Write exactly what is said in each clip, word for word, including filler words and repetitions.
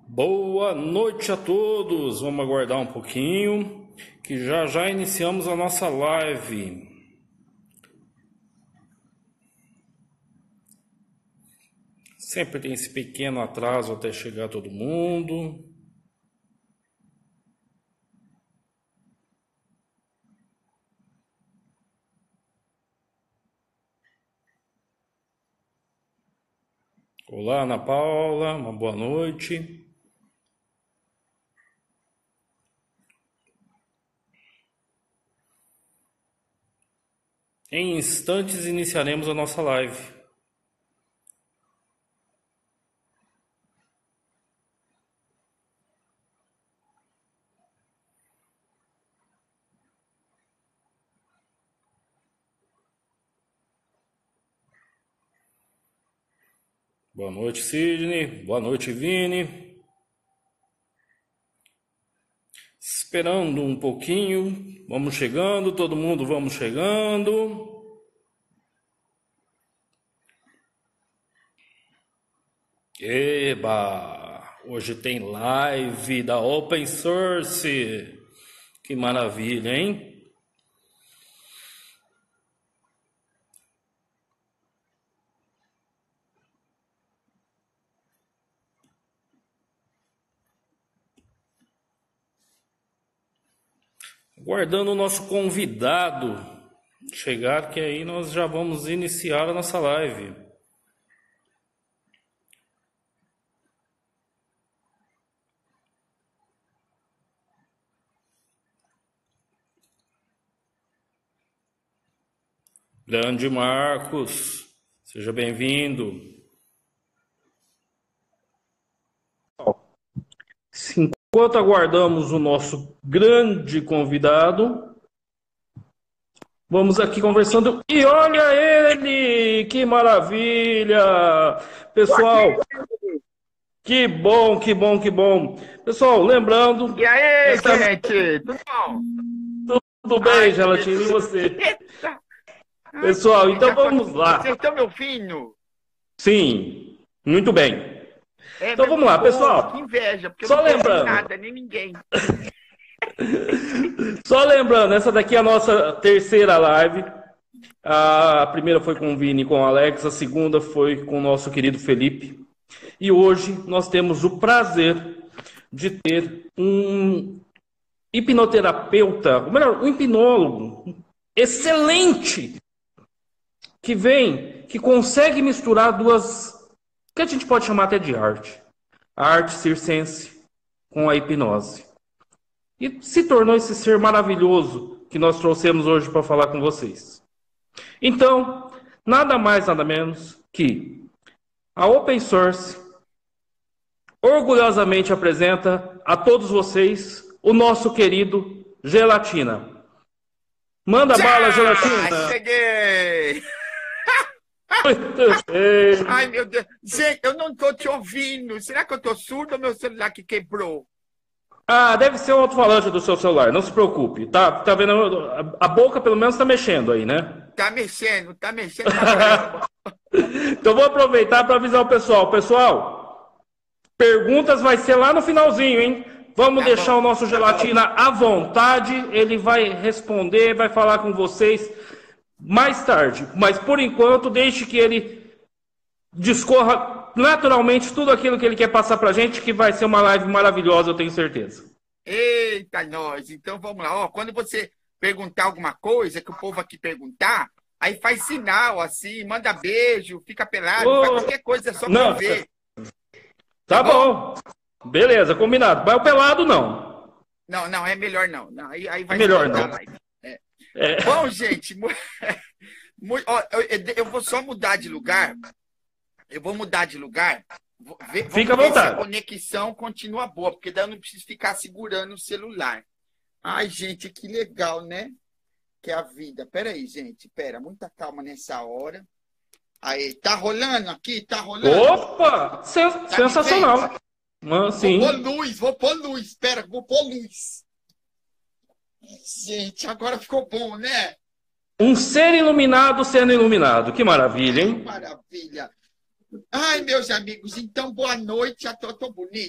Boa noite a todos. Vamos aguardar um pouquinho, que já já iniciamos a nossa live. Sempre tem esse pequeno atraso até chegar todo mundo. Olá, Ana Paula, uma boa noite. Em instantes iniciaremos a nossa live. Boa noite, Sidney. Boa noite, Vini. Esperando um pouquinho. Vamos chegando, todo mundo vamos chegando. Eba! Hoje tem live da Open Source. Que maravilha, hein? Aguardando o nosso convidado chegar, que aí nós já vamos iniciar a nossa live. Grande Marcos, seja bem-vindo. Enquanto aguardamos o nosso grande convidado, vamos aqui conversando. E olha ele! Que maravilha! Pessoal, que bom, que bom, que bom. Pessoal, lembrando... E aí, essa... gente? Tudo bom? Tudo bem, Gelatina, e você? Pessoal, então vamos lá. Vocês estão me ouvindo? Sim, muito bem. É, então vamos lá, povo, pessoal. Que inveja, porque Só eu não lembrando. nada, nem ninguém. Só lembrando, essa daqui é a nossa terceira live. A primeira foi com o Vini e com o Alex, a segunda foi com o nosso querido Felipe. E hoje nós temos o prazer de ter um hipnoterapeuta, ou melhor, um hipnólogo excelente, que vem, que consegue misturar duas, que a gente pode chamar até de arte, a arte circense com a hipnose. E se tornou esse ser maravilhoso que nós trouxemos hoje para falar com vocês. Então, nada mais, nada menos que a Open Source orgulhosamente apresenta a todos vocês o nosso querido Gelatina. Manda Já bala, Gelatina! Cheguei! Ai, meu Deus. Gente, eu não estou te ouvindo. Será que eu estou surdo ou meu celular que quebrou? Ah, deve ser o alto-falante do seu celular, não se preocupe. Tá, tá vendo? A boca pelo menos tá mexendo aí, né? Tá mexendo, tá mexendo. Tá então vou aproveitar para avisar o pessoal. Pessoal, perguntas vai ser lá no finalzinho, hein? Vamos tá deixar bom. O nosso Gelatina à vontade. Ele vai responder, vai falar com vocês mais tarde. Mas por enquanto, deixe que ele discorra naturalmente tudo aquilo que ele quer passar pra gente, que vai ser uma live maravilhosa, eu tenho certeza. Eita, nós! Então vamos lá. Ó, quando você perguntar alguma coisa, que o povo aqui perguntar, aí faz sinal, assim, manda beijo, fica pelado, oh, faz qualquer coisa, é só pra ver. Tá, tá bom. bom. Beleza, combinado. Mas o pelado, não. Não, não, é melhor não. não aí, aí vai é melhor não. É. É. Bom, gente, ó, eu, eu vou só mudar de lugar. Eu vou mudar de lugar. Ver, Fica à vontade. Se a conexão continua boa, porque daí eu não preciso ficar segurando o celular. Ai, gente, que legal, né? Que é a vida. Pera aí, gente. Pera, muita calma nessa hora. Aí, tá rolando aqui? Tá rolando? Opa! Sen tá sensacional. Ah, sim. Vou pôr luz, vou pôr luz. Pera, vou pôr luz. Gente, agora ficou bom, né? Um ser iluminado sendo iluminado. Que maravilha, hein? Que maravilha. Ai, meus amigos, então boa noite. Já tô, tô bonito.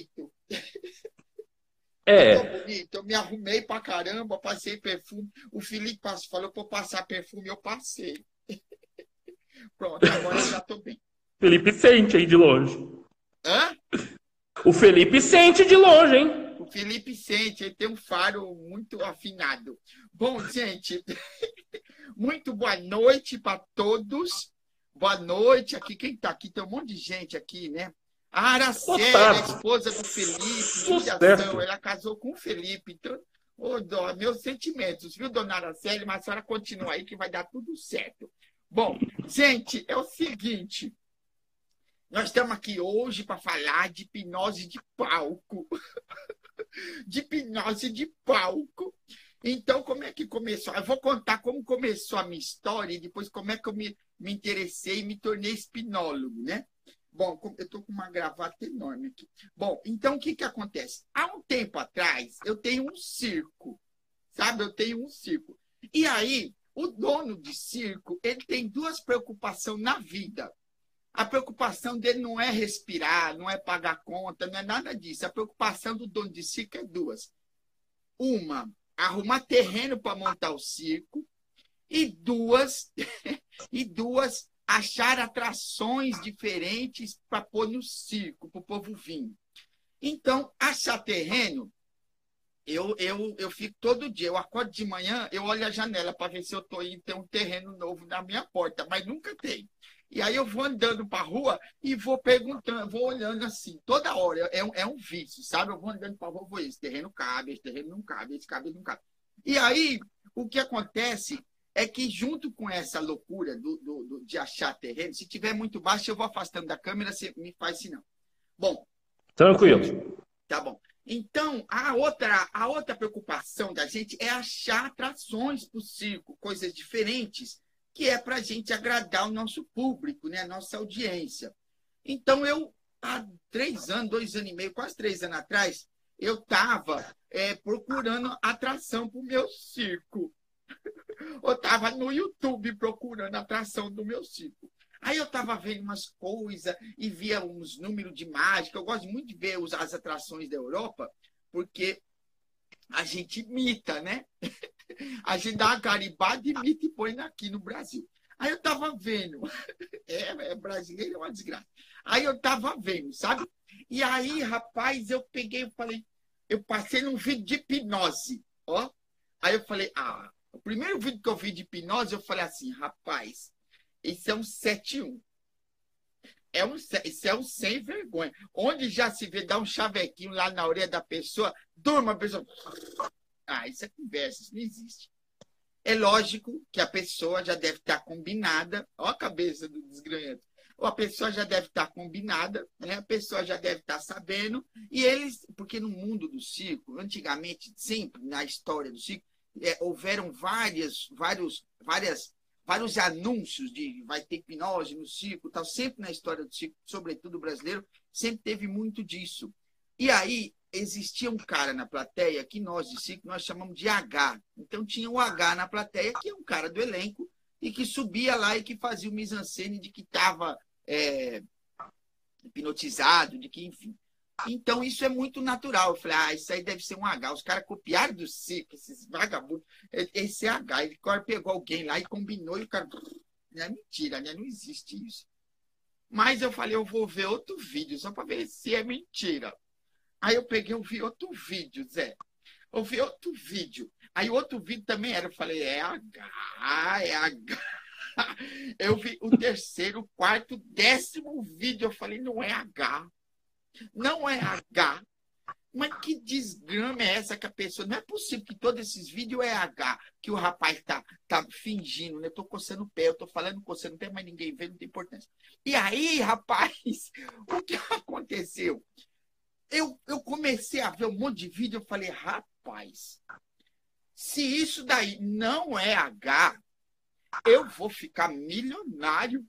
É. Eu tô bonito, eu me arrumei pra caramba, passei perfume. O Felipe passou, falou pra eu passar perfume, eu passei. Pronto, agora eu já tô bem. Felipe sente aí de longe. Hã? O Felipe sente de longe, hein? O Felipe sente, ele tem um faro muito afinado. Bom, gente, muito boa noite para todos. Boa noite aqui. Quem tá aqui? Tem um monte de gente aqui, né? A Araceli, a esposa do Felipe, judiação, ela casou com o Felipe. Então, oh, dó, meus sentimentos, viu, dona Araceli? Mas a senhora continua aí que vai dar tudo certo. Bom, gente, é o seguinte. Nós estamos aqui hoje para falar de hipnose de palco. De hipnose de palco. Então, como é que começou? Eu vou contar como começou a minha história e depois como é que eu me, me interessei e me tornei hipnólogo, né? Bom, eu estou com uma gravata enorme aqui. Bom, então o que, que acontece? Há um tempo atrás, eu tenho um circo, sabe? Eu tenho um circo. E aí, o dono de circo, ele tem duas preocupações na vida. A preocupação dele não é respirar, não é pagar conta, não é nada disso. A preocupação do dono de circo é duas. Uma, arrumar terreno para montar o circo. E duas, e duas, achar atrações diferentes para pôr no circo, para o povo vir. Então, achar terreno, eu, eu, eu fico todo dia. Eu acordo de manhã, eu olho a janela para ver se eu estou indo ter um terreno novo na minha porta, mas nunca tem. E aí eu vou andando para a rua e vou perguntando, vou olhando assim, toda hora. É um, é um vício, sabe? Eu vou andando para a rua, vou, esse terreno cabe, esse terreno não cabe, esse cabe, esse não cabe. E aí, o que acontece é que junto com essa loucura do, do, do, de achar terreno, se tiver muito baixo, eu vou afastando da câmera, você me faz sinal. Bom. Tranquilo. Tá bom. Então, a outra, a outra preocupação da gente é achar atrações para o circo, coisas diferentes, que é para a gente agradar o nosso público, né? A nossa audiência. Então, eu, há três anos, dois anos e meio, quase três anos atrás, eu estava é, procurando atração para o meu circo. Eu estava no YouTube procurando atração do meu circo. Aí eu estava vendo umas coisas e via uns números de mágica. Eu gosto muito de ver as atrações da Europa, porque a gente imita, né? A gente dá uma garibada, imita e põe aqui no Brasil. Aí eu estava vendo. É, é brasileiro, é uma desgraça. Aí eu estava vendo, sabe? E aí, rapaz, eu peguei e falei... Eu passei num vídeo de hipnose, ó. Aí eu falei, ah... O primeiro vídeo que eu vi de hipnose, eu falei assim, rapaz, esse é um sete um. É um, esse é um sem vergonha. Onde já se vê dar um chavequinho lá na orelha da pessoa, durma a pessoa. Ah, isso é conversa, isso não existe. É lógico que a pessoa já deve estar combinada. Olha a cabeça do desgranhado. Ou a pessoa já deve estar combinada, né? A pessoa já deve estar sabendo. E eles, porque no mundo do circo, antigamente, sempre na história do circo, É, houveram várias, vários, várias, vários anúncios de vai ter hipnose no circo, tal. Sempre na história do circo, sobretudo brasileiro, sempre teve muito disso. E aí existia um cara na plateia que nós de circo nós chamamos de H. Então tinha o H na plateia, que é um cara do elenco, e que subia lá e que fazia o mise-en-scène de que estava é, hipnotizado, de que, enfim. Então, isso é muito natural. Eu falei, ah, isso aí deve ser um H. Os caras copiaram do circo, esses vagabundos. Esse é H. Ele pegou alguém lá e combinou e o cara... Não é mentira, né? Não existe isso. Mas eu falei, eu vou ver outro vídeo, só para ver se é mentira. Aí eu peguei, eu vi outro vídeo, Zé. Eu vi outro vídeo. Aí outro vídeo também era. Eu falei, é H, é H. Eu vi o terceiro, quarto, décimo vídeo. Eu falei, não é H. Não é H. Mas que desgrama é essa que a pessoa... Não é possível que todos esses vídeos é H, que o rapaz tá, tá fingindo, né? Eu tô coçando o pé, eu tô falando coçando o pé, mas ninguém vê, não tem importância. E aí, rapaz, o que aconteceu? Eu, eu comecei a ver um monte de vídeo, eu falei, rapaz, se isso daí não é H, eu vou ficar milionário.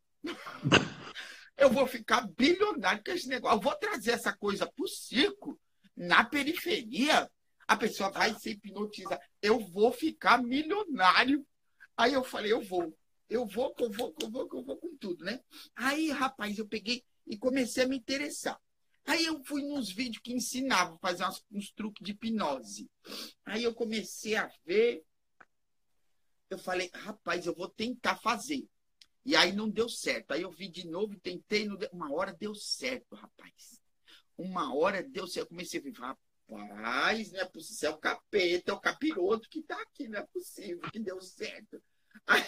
Eu vou ficar bilionário com esse negócio. Eu vou trazer essa coisa para o circo, na periferia, a pessoa vai ser hipnotizada. Eu vou ficar milionário. Aí eu falei, eu vou. Eu vou, eu vou, eu vou, eu vou com tudo, né? Aí, rapaz, eu peguei e comecei a me interessar. Aí eu fui nos vídeos que ensinavam a fazer uns, uns truques de hipnose. Aí eu comecei a ver. Eu falei, rapaz, eu vou tentar fazer. E aí não deu certo. Aí eu vi de novo, tentei. Não deu. Uma hora deu certo, rapaz. Uma hora deu certo. Eu comecei a ver, rapaz, não é possível. É o capeta, é o capiroto que tá aqui. Não é possível que deu certo. Aí,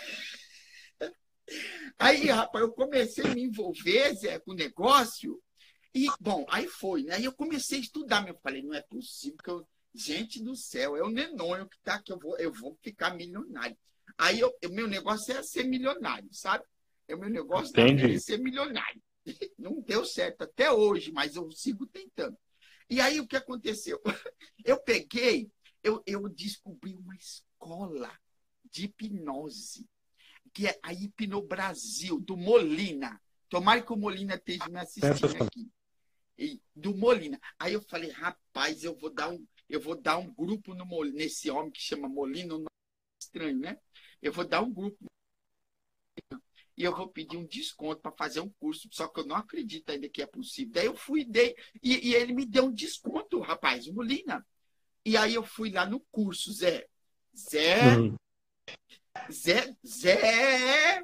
aí rapaz, eu comecei a me envolver, Zé, com o negócio. E, bom, aí foi, né? Aí eu comecei a estudar. Eu falei, não é possível que eu... Gente do céu, é o Nenonho que tá aqui. Eu vou, eu vou ficar milionário. Aí, o meu negócio é ser milionário, sabe? O meu negócio é ser milionário. Não deu certo até hoje, mas eu sigo tentando. E aí, o que aconteceu? Eu peguei, eu, eu descobri uma escola de hipnose, que é a Hipnobrasil, do Molina. Tomara que o Molina esteja me assistindo aqui. E, do Molina. Aí eu falei, rapaz, eu vou dar um, eu vou dar um grupo no, nesse homem que chama Molina, um nome estranho, né? Eu vou dar um grupo e eu vou pedir um desconto para fazer um curso, só que eu não acredito ainda que é possível. Daí eu fui dei, e, e ele me deu um desconto, rapaz, o Molina. E aí eu fui lá no curso, Zé. Zé, uhum. Zé, Zé,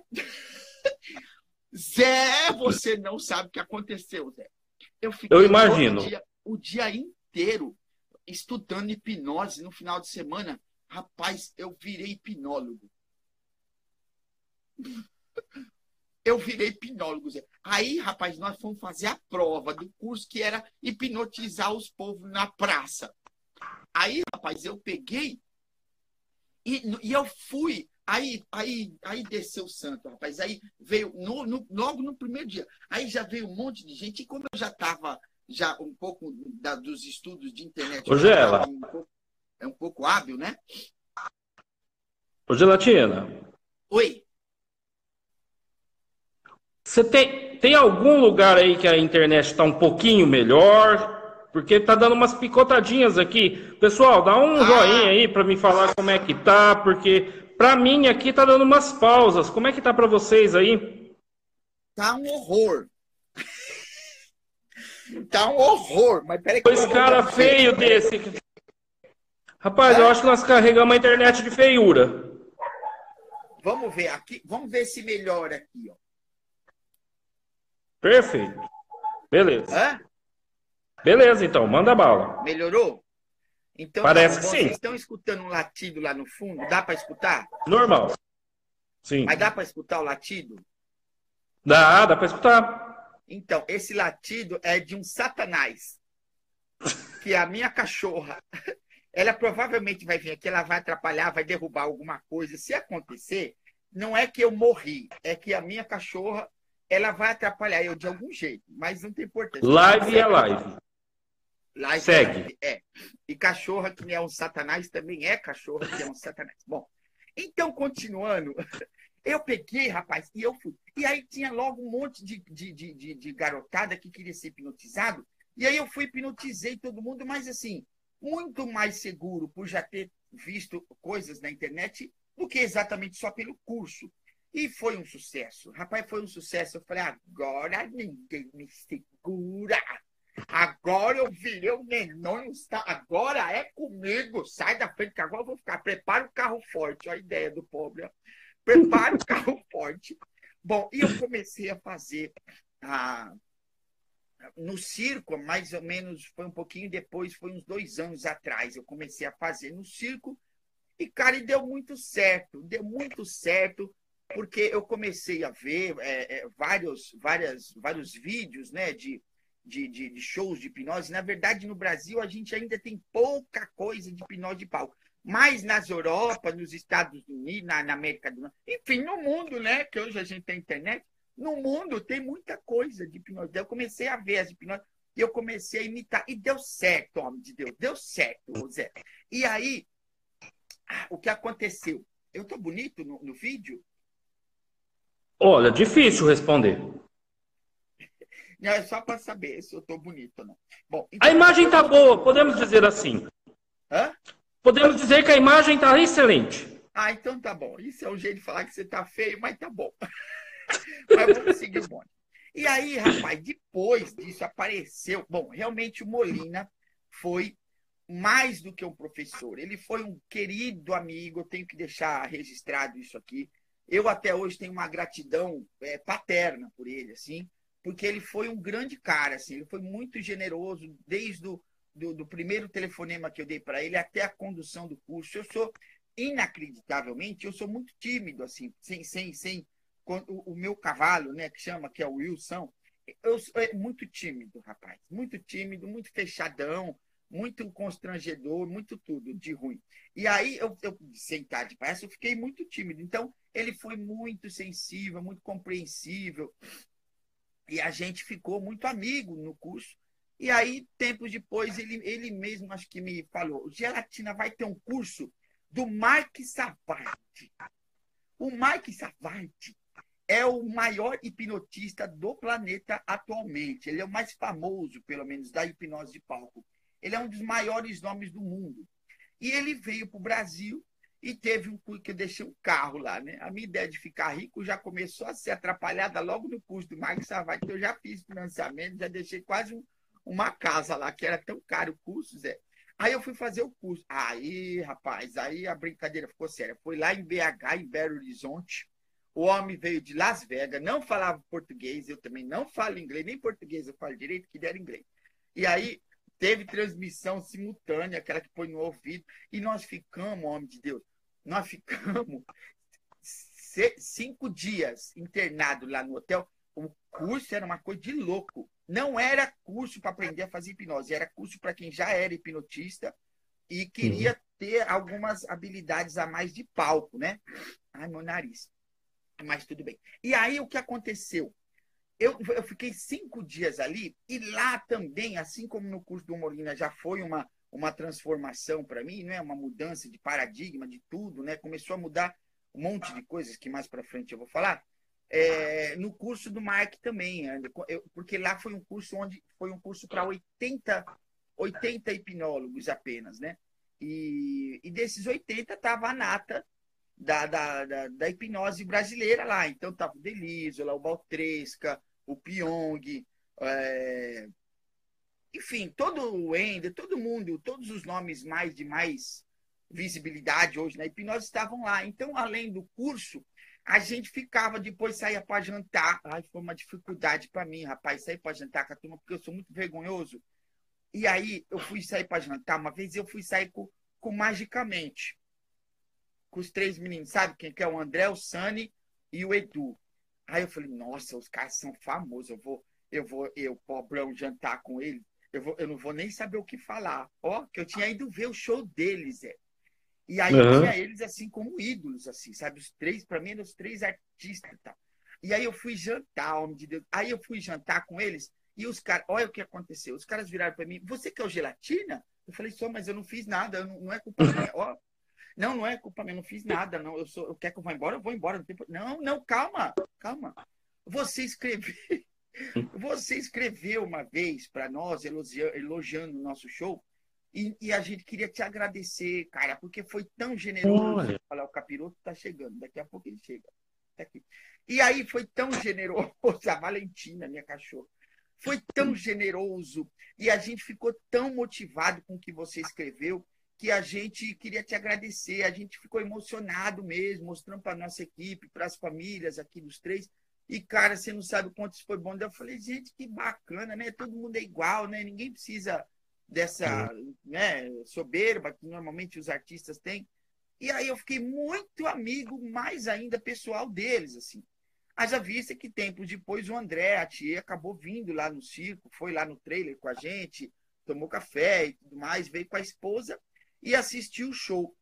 Zé, você não sabe o que aconteceu, Zé. Eu fiquei eu imagino. O dia, o dia inteiro estudando hipnose no final de semana. Rapaz, eu virei hipnólogo. Eu virei hipnólogo. Zé. Aí, rapaz, nós fomos fazer a prova do curso que era hipnotizar os povos na praça. Aí, rapaz, eu peguei e, e eu fui. Aí, aí, aí desceu o santo, rapaz. Aí veio, no, no, logo no primeiro dia, aí já veio um monte de gente. E como eu já estava já um pouco da, dos estudos de internet, Ô, Gela. Um pouco, é um pouco hábil, né? Ô, Gelatina. Oi. Você tem, tem algum lugar aí que a internet está um pouquinho melhor? Porque tá dando umas picotadinhas aqui. Pessoal, dá um ah. joinha aí para me falar como é que tá, porque... Para mim, aqui tá dando umas pausas. Como é que tá para vocês aí? Tá um horror. Tá um horror. Mas peraí que Dois cara feio desse. Rapaz, é? eu acho que nós carregamos a internet de feiura. Vamos ver aqui. Vamos ver se melhora aqui, ó. Perfeito. Beleza. Hã? Beleza, então. Manda bala. Melhorou? Então, parece tá, que vocês sim. estão escutando um latido lá no fundo? Dá para escutar? Normal. Sim. Mas dá para escutar o latido? Dá, dá para escutar. Então, esse latido é de um satanás, que é a minha cachorra. Ela provavelmente vai vir aqui, ela vai atrapalhar, vai derrubar alguma coisa. Se acontecer, não é que eu morri, é que a minha cachorra, ela vai atrapalhar eu de algum jeito, mas não tem importância. Live é live. Live Segue. É. E cachorra que é um satanás também é cachorra que é um satanás. Bom, então, continuando, eu peguei, rapaz, e eu fui. E aí tinha logo um monte de, de, de, de, de garotada que queria ser hipnotizado. E aí eu fui, hipnotizei todo mundo, mas assim, muito mais seguro por já ter visto coisas na internet do que exatamente só pelo curso. E foi um sucesso. Rapaz, foi um sucesso. Eu falei, agora ninguém me segura. Agora eu virei o Nenonho, agora é comigo, sai da frente que agora eu vou ficar, prepara o carro forte, olha a ideia do pobre, ó. Prepara o carro forte. Bom, e eu comecei a fazer ah, no circo, mais ou menos, foi um pouquinho depois, foi uns dois anos atrás, eu comecei a fazer no circo, e cara, e deu muito certo, deu muito certo, porque eu comecei a ver é, é, vários, várias, vários vídeos, né, de De, de, de shows de hipnose. Na verdade, no Brasil, a gente ainda tem pouca coisa de hipnose de palco. Mas nas Europa, nos Estados Unidos, na, na América do Norte, enfim, no mundo, né? Que hoje a gente tem internet, no mundo tem muita coisa de hipnose. Eu comecei a ver as hipnoses e eu comecei a imitar. E deu certo, homem de Deus, deu certo, Zé. E aí, o que aconteceu? Eu tô bonito no, no vídeo? Olha, difícil responder. Não, é só para saber se eu estou bonito ou não. Bom, então, a imagem está boa, podemos dizer assim. Hã? Podemos dizer que a imagem está excelente. Ah, então tá bom. Isso é um jeito de falar que você está feio, mas tá bom. Mas vamos seguir o bonde. E aí, rapaz, depois disso apareceu... Bom, realmente o Molina foi mais do que um professor. Ele foi um querido amigo, eu tenho que deixar registrado isso aqui. Eu até hoje tenho uma gratidão é, paterna por ele, assim, porque ele foi um grande cara, assim, ele foi muito generoso desde o do, do primeiro telefonema que eu dei para ele até a condução do curso. Eu sou, inacreditavelmente, eu sou muito tímido, assim, sem, sem, sem o, o meu cavalo, né, que chama, que é o Wilson, eu sou é muito tímido, rapaz, muito tímido, muito fechadão, muito constrangedor, muito tudo de ruim. E aí, eu, eu sentar de palhaço, eu fiquei muito tímido. Então, ele foi muito sensível, muito compreensível, e a gente ficou muito amigo no curso. E aí, tempos depois, ele, ele mesmo acho que me falou, Gelatina vai ter um curso do Mike Savard. O Mike Savard é o maior hipnotista do planeta atualmente. Ele é o mais famoso, pelo menos, da hipnose de palco. Ele é um dos maiores nomes do mundo. E ele veio para o Brasil e teve um curso que eu deixei um carro lá, né? A minha ideia de ficar rico já começou a ser atrapalhada logo no curso do Mike Savard, que eu já fiz financiamento, já deixei quase um, uma casa lá, que era tão caro o curso, Zé. Aí eu fui fazer o curso. Aí, rapaz, aí a brincadeira ficou séria. Foi lá em B H, em Belo Horizonte. O homem veio de Las Vegas, não falava português, eu também não falo inglês, nem português eu falo direito, que deram inglês. E aí teve transmissão simultânea, aquela que põe no ouvido, e nós ficamos, homem de Deus, nós ficamos cinco dias internados lá no hotel. O curso era uma coisa de louco. Não era curso para aprender a fazer hipnose, era curso para quem já era hipnotista e queria uhum. ter algumas habilidades a mais de palco, né? Ai, meu nariz. Mas tudo bem. E aí, o que aconteceu? Eu, eu fiquei cinco dias ali, e lá também, assim como no curso do Molina, já foi uma, uma transformação para mim, né? Uma mudança de paradigma, de tudo, né? Começou a mudar um monte de coisas que mais para frente eu vou falar. É, no curso do Mark também, eu, porque lá foi um curso onde foi um curso para oitenta, oitenta hipnólogos apenas, né? E, e desses oitenta estava a nata Da, da, da, da hipnose brasileira lá. Então tava o Delírio, lá, o Baltresca, o Pyong, é... enfim, todo o Ender, todo mundo, todos os nomes mais de mais visibilidade hoje na hipnose estavam lá. Então, além do curso, a gente ficava, depois saía para jantar. Ai, foi uma dificuldade para mim, rapaz, sair para jantar com a turma, porque eu sou muito vergonhoso. E aí, eu fui sair para jantar. Uma vez eu fui sair com, com Magicamente. Com os três meninos, sabe quem que é? O André, o Sani e o Edu. Aí eu falei, nossa, os caras são famosos, eu vou, eu vou, eu, pobrão, jantar com eles, eu, vou, eu não vou nem saber o que falar. Ó, que eu tinha ido ver o show deles, é. E aí uhum. eu tinha eles, assim, como ídolos, assim, sabe? Os três, pra mim, eram os três artistas, tá? E aí eu fui jantar, homem de Deus. Aí eu fui jantar com eles, e os caras, olha o que aconteceu. Os caras viraram pra mim, você que é o Gelatina? Eu falei, só, mas eu não fiz nada, não, não é culpa minha, ó. Não, não é culpa minha, eu não fiz nada, não. Eu sou, eu quero que eu vá embora, eu vou embora. Não, tem... não, não, calma, calma. Você escreveu, você escreveu uma vez para nós, elogiando, elogiando o nosso show, e, e a gente queria te agradecer, cara, porque foi tão generoso. Olha. Falar, o capiroto tá chegando, daqui a pouco ele chega. Tá aqui. E aí foi tão generoso, a Valentina, minha cachorra, foi tão generoso, e a gente ficou tão motivado com o que você escreveu, que a gente queria te agradecer, a gente ficou emocionado mesmo, mostrando para a nossa equipe, para as famílias aqui dos três, e, cara, você não sabe o quanto isso foi bom. Eu falei, gente, que bacana, né? Todo mundo é igual, né? Ninguém precisa dessa né, soberba que normalmente os artistas têm. E aí eu fiquei muito amigo, mais ainda pessoal deles, assim. Haja vista que tempos depois o André, a tia, acabou vindo lá no circo, foi lá no trailer com a gente, tomou café e tudo mais, veio com a esposa e assistiu o show.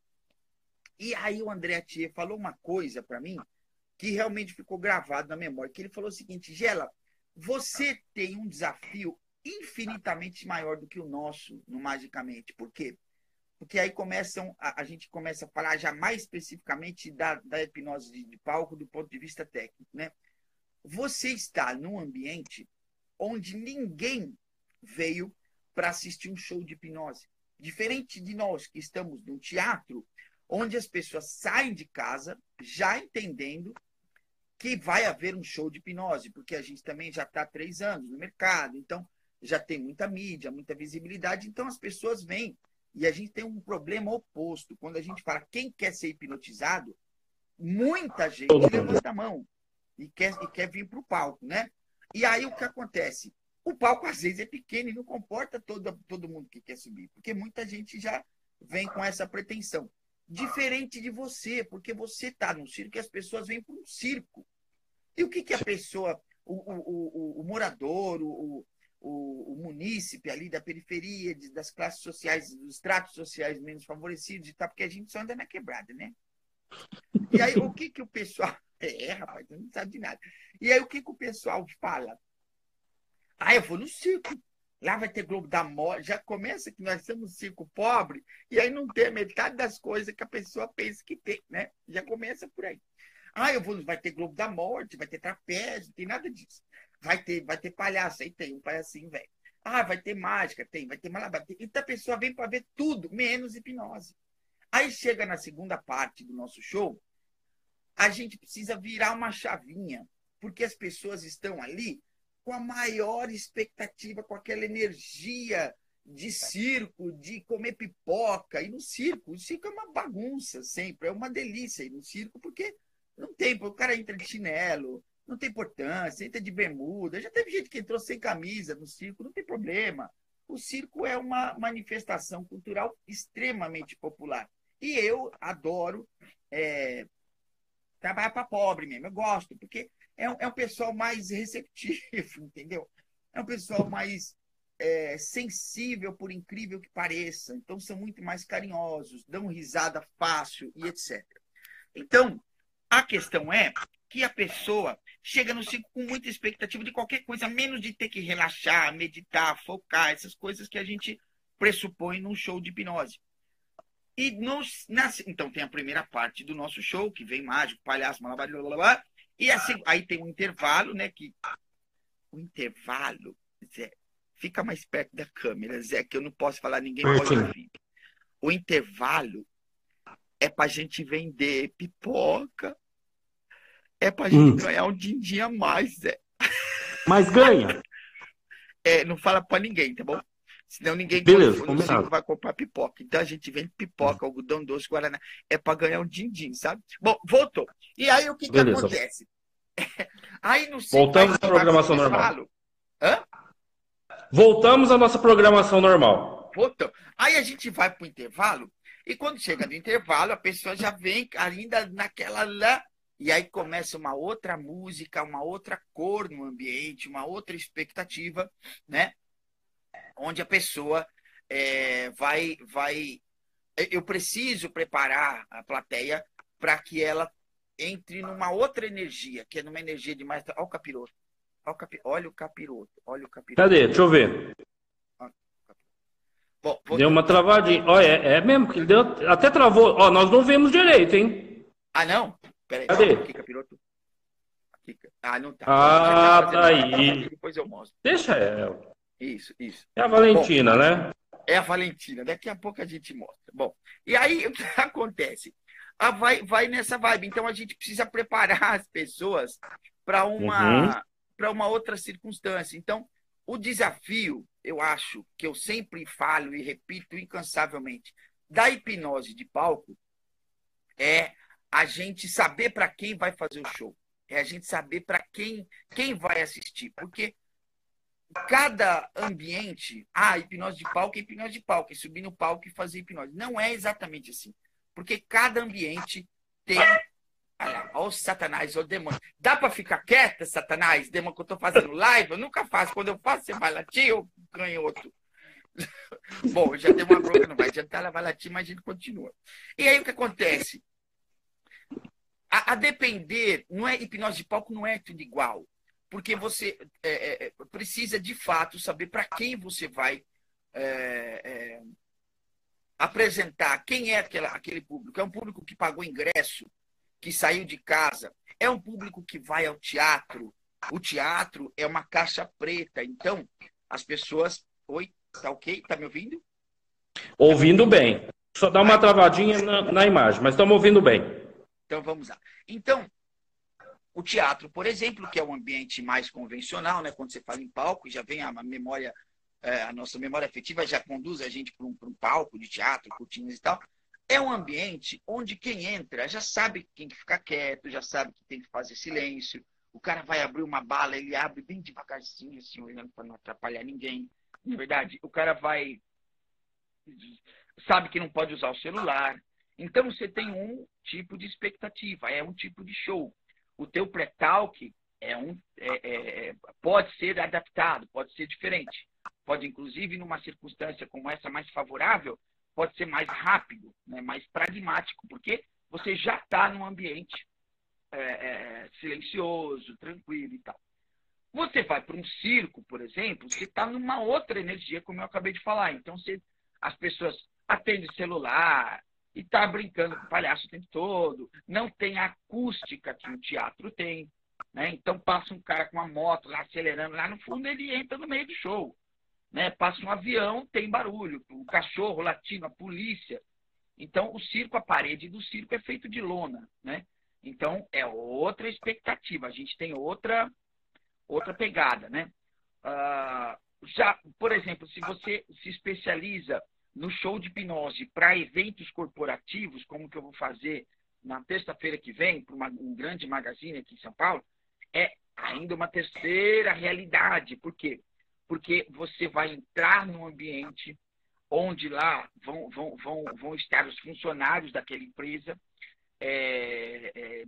E aí o André Atier falou uma coisa para mim que realmente ficou gravado na memória, que ele falou o seguinte, Gela, você tem um desafio infinitamente maior do que o nosso no Magicamente. Por quê? Porque aí começam, a, a gente começa a falar já mais especificamente da, da hipnose de, de palco do ponto de vista técnico, né? Você está num ambiente onde ninguém veio para assistir um show de hipnose. Diferente de nós que estamos num teatro, onde as pessoas saem de casa já entendendo que vai haver um show de hipnose, porque a gente também já está há três anos no mercado, então já tem muita mídia, muita visibilidade, então as pessoas vêm. E a gente tem um problema oposto. Quando a gente fala quem quer ser hipnotizado, muita gente levanta a mão e quer, e quer vir para o palco, né? E aí o que acontece? O palco às vezes é pequeno e não comporta todo, todo mundo que quer subir, porque muita gente já vem com essa pretensão. Diferente de você, porque você está num circo e as pessoas vêm para um circo. E o que, que a pessoa, o, o, o, o morador, o, o, o munícipe ali da periferia, de, das classes sociais, dos estratos sociais menos favorecidos e tal, porque a gente só anda na quebrada, né? E aí o que, que o pessoal... É, rapaz, não sabe de nada. E aí o que, que o pessoal fala? Ah, eu vou no circo. Lá vai ter Globo da Morte. Já começa que nós somos um circo pobre e aí não tem metade das coisas que a pessoa pensa que tem, né? Já começa por aí. Ah, eu vou, vai ter Globo da Morte, vai ter trapézio, não tem nada disso. Vai ter, vai ter palhaço, aí tem um palhacinho velho. Ah, vai ter mágica, tem, vai ter malabar. Então a pessoa vem para ver tudo, menos hipnose. Aí chega na segunda parte do nosso show, a gente precisa virar uma chavinha, porque as pessoas estão ali com a maior expectativa, com aquela energia de circo, de comer pipoca. E no circo, o circo é uma bagunça sempre, é uma delícia ir no circo, porque não tem, o cara entra de chinelo, não tem importância, entra de bermuda. Já teve gente que entrou sem camisa no circo, não tem problema. O circo é uma manifestação cultural extremamente popular. E eu adoro é, trabalhar para pobre mesmo, eu gosto, porque é um, é um pessoal mais receptivo, entendeu? É um pessoal mais é, sensível, por incrível que pareça. Então, são muito mais carinhosos, dão risada fácil e etcétera. Então, a questão é que a pessoa chega no circo com muita expectativa de qualquer coisa, menos de ter que relaxar, meditar, focar, essas coisas que a gente pressupõe num show de hipnose. E nos, nas, então, tem a primeira parte do nosso show, que vem mágico, palhaço, blá, blá, blá, blá, blá, e assim, aí tem um intervalo, né? Que, o intervalo, Zé, fica mais perto da câmera, Zé, que eu não posso falar, ninguém pode ouvir. O intervalo é pra gente vender pipoca, é pra gente hum. ganhar um din-din a mais, Zé. Mas ganha? É, não fala pra ninguém, tá bom? Senão ninguém Beleza, no circo vai comprar pipoca. Então a gente vende pipoca, algodão doce, guaraná. É para ganhar um din-din, sabe? Bom, voltou. E aí o que, que acontece? Aí no circo, voltamos à programação normal. Hã? Voltamos à nossa programação normal. Voltou. Aí a gente vai pro intervalo e quando chega no intervalo a pessoa já vem ainda naquela lá. E aí começa uma outra música, uma outra cor no ambiente, uma outra expectativa, né? Onde a pessoa é, vai, vai... Eu preciso preparar a plateia para que ela entre numa outra energia, que é numa energia de mais... Olha o capiroto. Olha o, capi... olha o capiroto. Olha o capiroto. Cadê? Deixa eu ver. Bom, vou... Deu uma travadinha. Olha, é, é mesmo, que ele deu... até travou. Ó, nós não vemos direito, hein? Ah, não? Peraí. Cadê? Aqui, capiroto. Aqui. Ah, não tá. Ah, tá aí. Depois eu mostro. Deixa ela. Isso, isso. É a Valentina, bom, né? É a Valentina. Daqui a pouco a gente mostra. Bom, e aí o que acontece? Ah, vai, vai nessa vibe. Então a gente precisa preparar as pessoas para uma, uhum. para uma outra circunstância. Então, o desafio, eu acho, que eu sempre falo e repito incansavelmente, da hipnose de palco é a gente saber para quem vai fazer o show. É a gente saber para quem, quem vai assistir. Porque cada ambiente, ah, hipnose de palco é hipnose de palco, é subir no palco e fazer hipnose. Não é exatamente assim. Porque cada ambiente tem... Olha, olha o Satanás, olha o demônio. Dá para ficar quieta, Satanás? Demônio que eu tô fazendo live, eu nunca faço. Quando eu faço, você vai latir, eu ganho outro. Bom, já deu uma bronca, não vai adiantar, ela vai latir, mas a gente continua. E aí o que acontece? A, a depender, não é hipnose de palco, não é tudo igual. Porque você é, é, precisa, de fato, saber para quem você vai é, é, apresentar. Quem é aquela, aquele público? É um público que pagou ingresso, que saiu de casa. É um público que vai ao teatro. O teatro é uma caixa preta. Então, as pessoas... Oi, tá ok? Tá me ouvindo? Ouvindo bem. Só dá uma travadinha na, na imagem, mas estamos ouvindo bem. Então, vamos lá. Então, O teatro, por exemplo, que é um ambiente mais convencional, né? Quando você fala em palco, já vem a memória, a nossa memória afetiva já conduz a gente para um, para um palco de teatro, cortinas e tal. É um ambiente onde quem entra já sabe que tem que ficar quieto, já sabe que tem que fazer silêncio. O cara vai abrir uma bala, ele abre bem devagarzinho, assim, olhando para não atrapalhar ninguém. Na verdade, o cara vai... sabe que não pode usar o celular. Então, você tem um tipo de expectativa, é um tipo de show. O teu pré-talk é um, é, é, pode ser adaptado, pode ser diferente. Pode, inclusive, numa circunstância como essa mais favorável, pode ser mais rápido, né, mais pragmático, porque você já está num ambiente é, é, silencioso, tranquilo e tal. Você vai para um circo, por exemplo, você está numa outra energia, como eu acabei de falar. Então, você, as pessoas atendem celular e está brincando com o palhaço o tempo todo. Não tem a acústica que o teatro tem. Né? Então, passa um cara com uma moto lá acelerando. Lá no fundo, ele entra no meio do show. Né? Passa um avião, tem barulho. O cachorro latindo, a polícia. Então, o circo, a parede do circo é feito de lona. Né? Então, é outra expectativa. A gente tem outra... outra pegada, né? Ah, já, por exemplo, se você se especializa no show de hipnose para eventos corporativos, como que eu vou fazer na terça-feira que vem, para um grande magazine aqui em São Paulo, é ainda uma terceira realidade. Por quê? Porque você vai entrar num ambiente onde lá vão, vão, vão, vão estar os funcionários daquela empresa, é, é,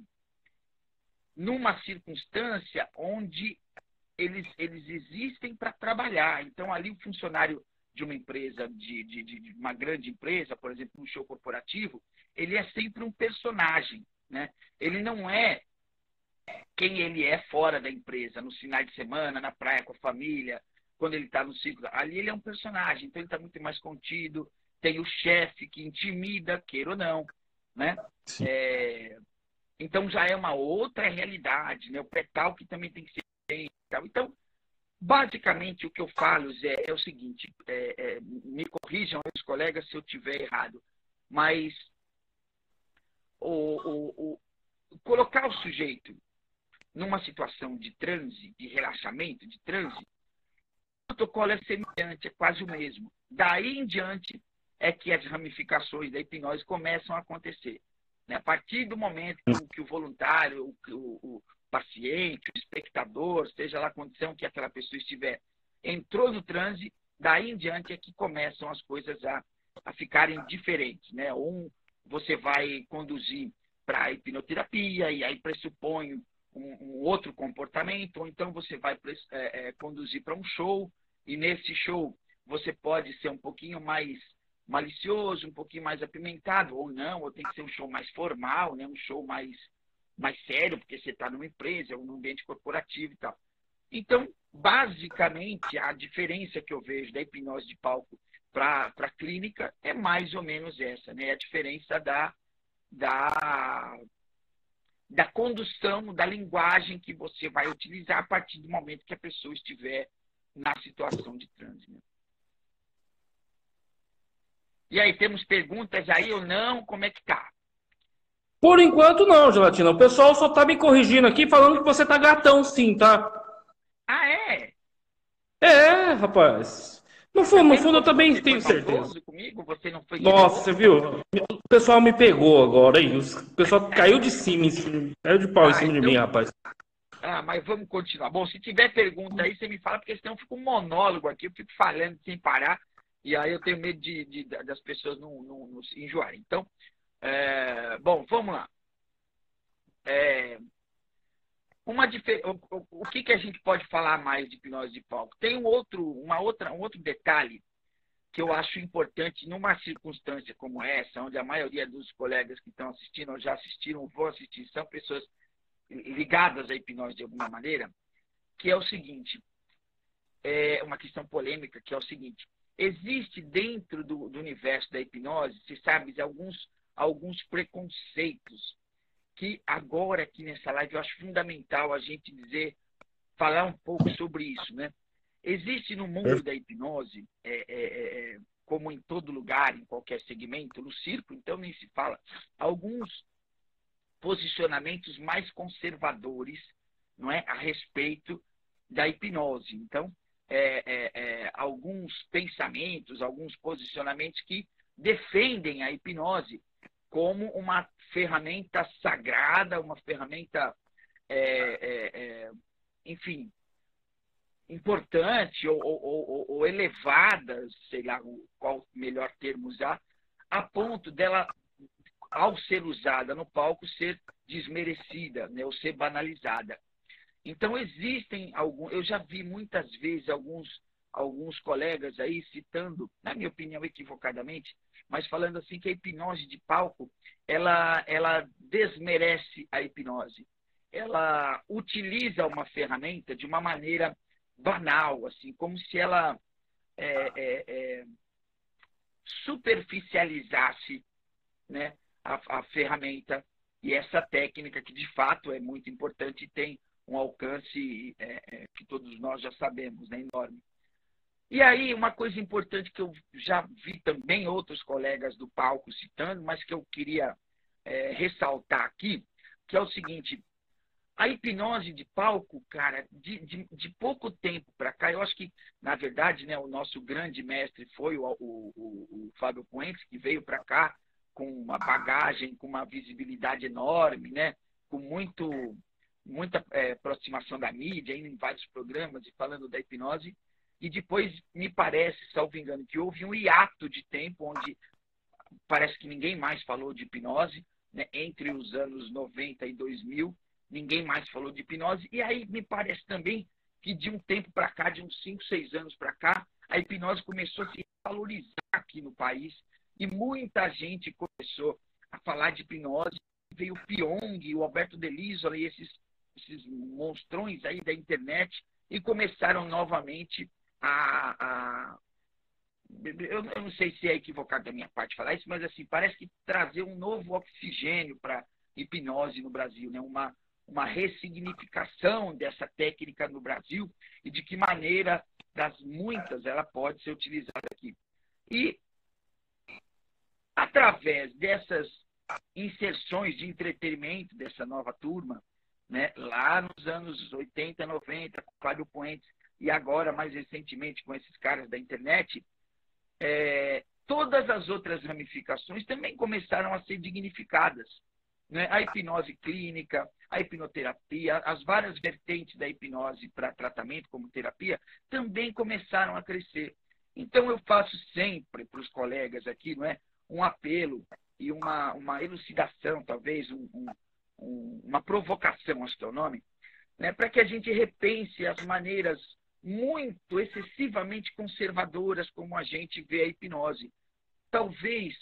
numa circunstância onde eles, eles existem para trabalhar. Então, ali o funcionário de uma empresa, de, de, de uma grande empresa, por exemplo, um show corporativo, ele é sempre um personagem. Né? Ele não é quem ele é fora da empresa, nos finais de semana, na praia com a família, quando ele está no ciclo. Ali ele é um personagem, então ele está muito mais contido. Tem o chefe que intimida, queira ou não. Né? É... Então, já é uma outra realidade. Né? O pré-tal que também tem que ser... Então, basicamente, o que eu falo, Zé, é o seguinte, é, é, me corrijam os colegas se eu estiver errado, mas o, o, o, colocar o sujeito numa situação de transe, de relaxamento, de transe, o protocolo é semelhante, é quase o mesmo. Daí em diante é que as ramificações da hipnose começam a acontecer. Né? A partir do momento que o voluntário, o, o, o paciente, o espectador, seja lá a condição que aquela pessoa estiver, entrou no transe, daí em diante é que começam as coisas a, a ficarem diferentes. Né? Um, você vai conduzir para a hipnoterapia, e aí pressupõe um, um outro comportamento, ou então você vai é, é, conduzir para um show, e nesse show você pode ser um pouquinho mais malicioso, um pouquinho mais apimentado, ou não, ou tem que ser um show mais formal, né? Um show mais mais sério, porque você está numa empresa, num ambiente corporativo e tal. Então, basicamente, a diferença que eu vejo da hipnose de palco para a clínica é mais ou menos essa, né? A diferença da, da, da condução, da linguagem que você vai utilizar a partir do momento que a pessoa estiver na situação de transe. Né? E aí, temos perguntas aí ou não? Como é que tá? Por enquanto não, Gelatina. O pessoal só tá me corrigindo aqui, falando que você tá gatão sim, tá? Ah, é? É, rapaz. No fundo, no fundo eu também tenho certeza. Comigo? Você não foi Nossa, você viu? O pessoal me pegou agora, aí. O pessoal caiu de cima, em cima, caiu de pau ah, em cima então... de mim, rapaz. Ah, mas vamos continuar. Bom, se tiver pergunta aí, você me fala, porque senão fica um monólogo aqui, eu fico falando sem parar, e aí eu tenho medo de, de das pessoas não, não, não se enjoarem. Então, É, bom, vamos lá. É, uma o, o que, que a gente pode falar mais de hipnose de palco? Tem um outro, uma outra, um outro detalhe que eu acho importante numa circunstância como essa, onde a maioria dos colegas que estão assistindo ou já assistiram ou vão assistir são pessoas ligadas à hipnose de alguma maneira, que é o seguinte, é uma questão polêmica, que é o seguinte, existe dentro do, do universo da hipnose, você sabe, alguns alguns preconceitos que agora aqui nessa live eu acho fundamental a gente dizer, falar um pouco sobre isso, né? Existe no mundo da hipnose, é, é, é, como em todo lugar, em qualquer segmento, no circo, então nem se fala, alguns posicionamentos mais conservadores, não é, a respeito da hipnose. Então, é, é, é, alguns pensamentos, alguns posicionamentos que defendem a hipnose como uma ferramenta sagrada, uma ferramenta, é, é, é, enfim, importante ou, ou, ou, ou elevada, sei lá qual melhor termo usar, a ponto dela, ao ser usada no palco, ser desmerecida, né, ou ser banalizada. Então, existem alguns, eu já vi muitas vezes alguns, alguns colegas aí citando, na minha opinião, equivocadamente, mas falando assim que a hipnose de palco, ela, ela desmerece a hipnose. Ela utiliza uma ferramenta de uma maneira banal, assim, como se ela é, é, é, superficializasse, né, a, a ferramenta e essa técnica que, de fato, é muito importante e tem um alcance é, é, que todos nós já sabemos, né, enorme. E aí, uma coisa importante que eu já vi também outros colegas do palco citando, mas que eu queria é, ressaltar aqui, que é o seguinte: a hipnose de palco, cara, de, de, de pouco tempo para cá, eu acho que, na verdade, né, o nosso grande mestre foi o, o, o, o Fábio Puentes, que veio para cá com uma bagagem, com uma visibilidade enorme, né, com muito, muita é, aproximação da mídia, indo em vários programas e falando da hipnose. E depois, me parece, salvo engano, que houve um hiato de tempo onde parece que ninguém mais falou de hipnose, né, entre os anos noventa e dois mil. Ninguém mais falou de hipnose. E aí me parece também que de um tempo para cá, de uns cinco, seis anos para cá, a hipnose começou a se valorizar aqui no país e muita gente começou a falar de hipnose. Veio o Pyong, o Alberto Delisola e esses, esses monstrões aí da internet e começaram novamente a... a eu não sei se é equivocado da minha parte falar isso, mas assim, parece que trazer um novo oxigênio para hipnose no Brasil, né? Uma uma ressignificação dessa técnica no Brasil e de que maneira, das muitas, ela pode ser utilizada aqui. E, através dessas inserções de entretenimento dessa nova turma, né, lá nos anos oitenta, noventa, com o Fábio Puentes, e agora, mais recentemente, com esses caras da internet, é, todas as outras ramificações também começaram a ser dignificadas. A hipnose clínica, a hipnoterapia, as várias vertentes da hipnose para tratamento como terapia também começaram a crescer. Então eu faço sempre para os colegas aqui, não é, um apelo e uma, uma elucidação, talvez um, um, um, uma provocação, acho que é o nome, né, para que a gente repense as maneiras muito excessivamente conservadoras como a gente vê a hipnose. Talvez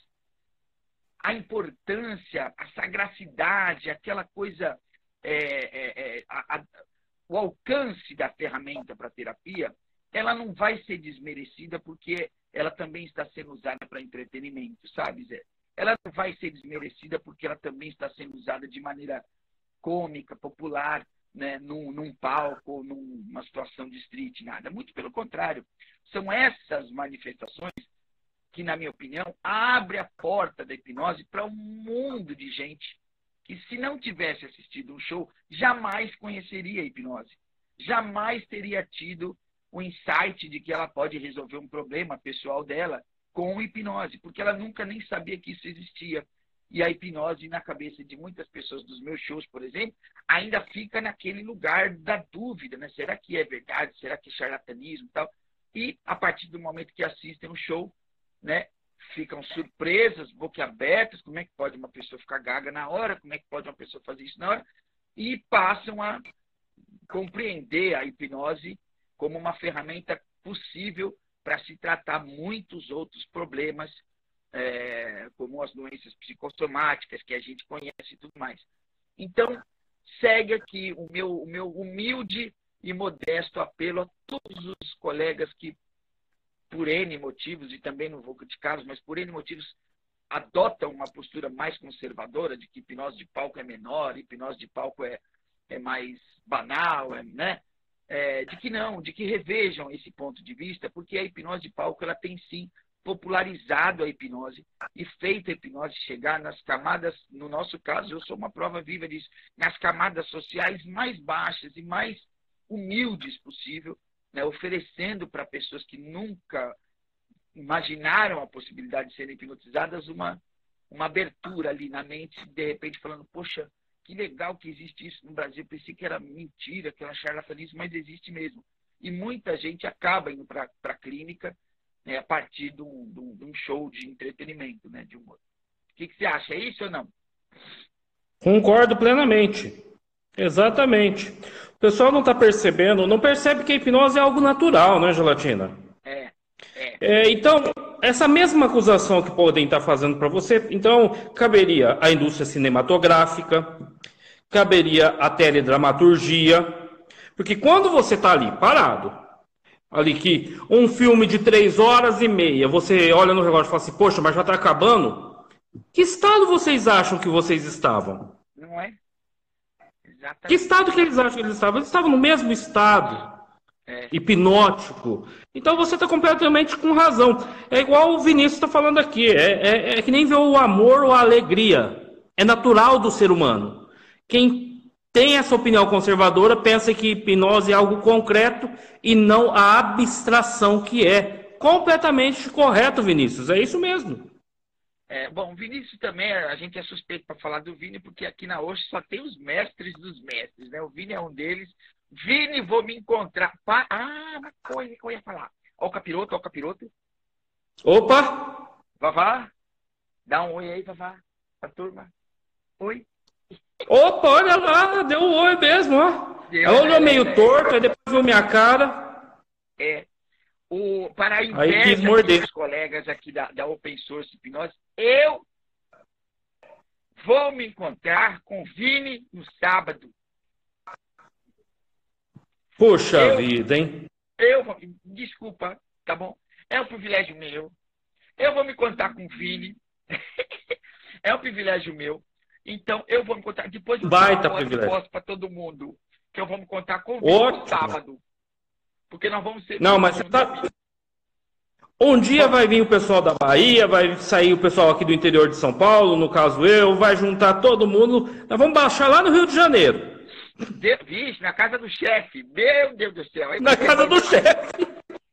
a importância, a sagacidade, aquela coisa, é, é, é, a, a, o alcance da ferramenta para terapia, ela não vai ser desmerecida porque ela também está sendo usada para entretenimento, sabe, Zé? Ela não vai ser desmerecida porque ela também está sendo usada de maneira cômica, popular, né, num, num palco, numa situação de street, nada. Muito pelo contrário. São essas manifestações que, na minha opinião, abre a porta da hipnose para um mundo de gente que, se não tivesse assistido um show, jamais conheceria a hipnose. Jamais teria tido o insight de que ela pode resolver um problema pessoal dela com hipnose, porque ela nunca nem sabia que isso existia. E a hipnose, na cabeça de muitas pessoas dos meus shows, por exemplo, ainda fica naquele lugar da dúvida, né? Será que é verdade? Será que é charlatanismo e tal? E, a partir do momento que assistem o show, né, ficam surpresas, boquiabertas, como é que pode uma pessoa ficar gaga na hora, como é que pode uma pessoa fazer isso na hora, e passam a compreender a hipnose como uma ferramenta possível para se tratar muitos outros problemas, é, como as doenças psicossomáticas que a gente conhece e tudo mais. Então, segue aqui o meu, o meu humilde e modesto apelo a todos os colegas que, por N motivos, e também não vou criticá-los, mas por N motivos, adotam uma postura mais conservadora de que hipnose de palco é menor, hipnose de palco é, é mais banal, é, né? É, de que não, de que revejam esse ponto de vista, porque a hipnose de palco ela tem sim popularizado a hipnose e feito a hipnose chegar nas camadas, no nosso caso, eu sou uma prova viva disso, nas camadas sociais mais baixas e mais humildes possível, né, oferecendo para pessoas que nunca imaginaram a possibilidade de serem hipnotizadas uma, uma abertura ali na mente, de repente falando, poxa, que legal que existe isso no Brasil, pensei que era mentira, que era charlatanismo, mas existe mesmo. E muita gente acaba indo para a clínica, né, a partir de um, de, um, de um show de entretenimento, né, de humor. O que, que você acha? É isso ou não? Concordo plenamente. Exatamente. O pessoal não está percebendo, não percebe que a hipnose é algo natural, né, Gelatina? É, é. É, então, essa mesma acusação que podem estar fazendo para você, então, caberia à indústria cinematográfica, caberia à teledramaturgia, porque quando você está ali parado, ali que um filme de três horas e meia, você olha no relógio e fala assim, poxa, mas já está acabando? Que estado vocês acham que vocês estavam? Não é? Exatamente. Que estado que eles acham que eles estavam? Eles estavam no mesmo estado, É. hipnótico. Então você está completamente com razão. É igual o Vinícius está falando aqui, é, é, é que nem ver o amor ou a alegria. É natural do ser humano. Quem tem essa opinião conservadora pensa que hipnose é algo concreto e não a abstração que é. Completamente correto, Vinícius. É isso mesmo. É, bom, o Vinícius também, a gente é suspeito para falar do Vini, porque aqui na Oxe só tem os mestres dos mestres, né? O Vini é um deles. Vini, vou me encontrar. Pa... Ah, uma coisa que eu ia falar. Ó o capiroto, ó o capiroto. Opa! Vavá, dá um oi aí, Vavá, pra turma. Oi. Opa, olha lá, deu um oi mesmo, ó. Deu, Ela olhou né, meio né? torto, aí depois viu minha cara. É. O, para a Aí inveja quis morder. dos colegas aqui da, da Open Source Hipnose, eu vou me encontrar com o Vini no sábado. Puxa Eu- vida, hein? Eu vou, desculpa, tá bom? É um privilégio meu. Eu vou me contar com o Vini. É um privilégio meu. Então, eu vou me contar. Depois eu Baita posto privilégio. para todo mundo que eu vou me contar com o Vini Ótimo. no sábado. Porque nós vamos ser. Não, mas você tá... Um dia vai vir o pessoal da Bahia, vai sair o pessoal aqui do interior de São Paulo, no caso eu, vai juntar todo mundo. Nós vamos baixar lá no Rio de Janeiro, De... Vixe, na casa do chefe. Meu Deus do céu. Aí na vai casa ser do chefe.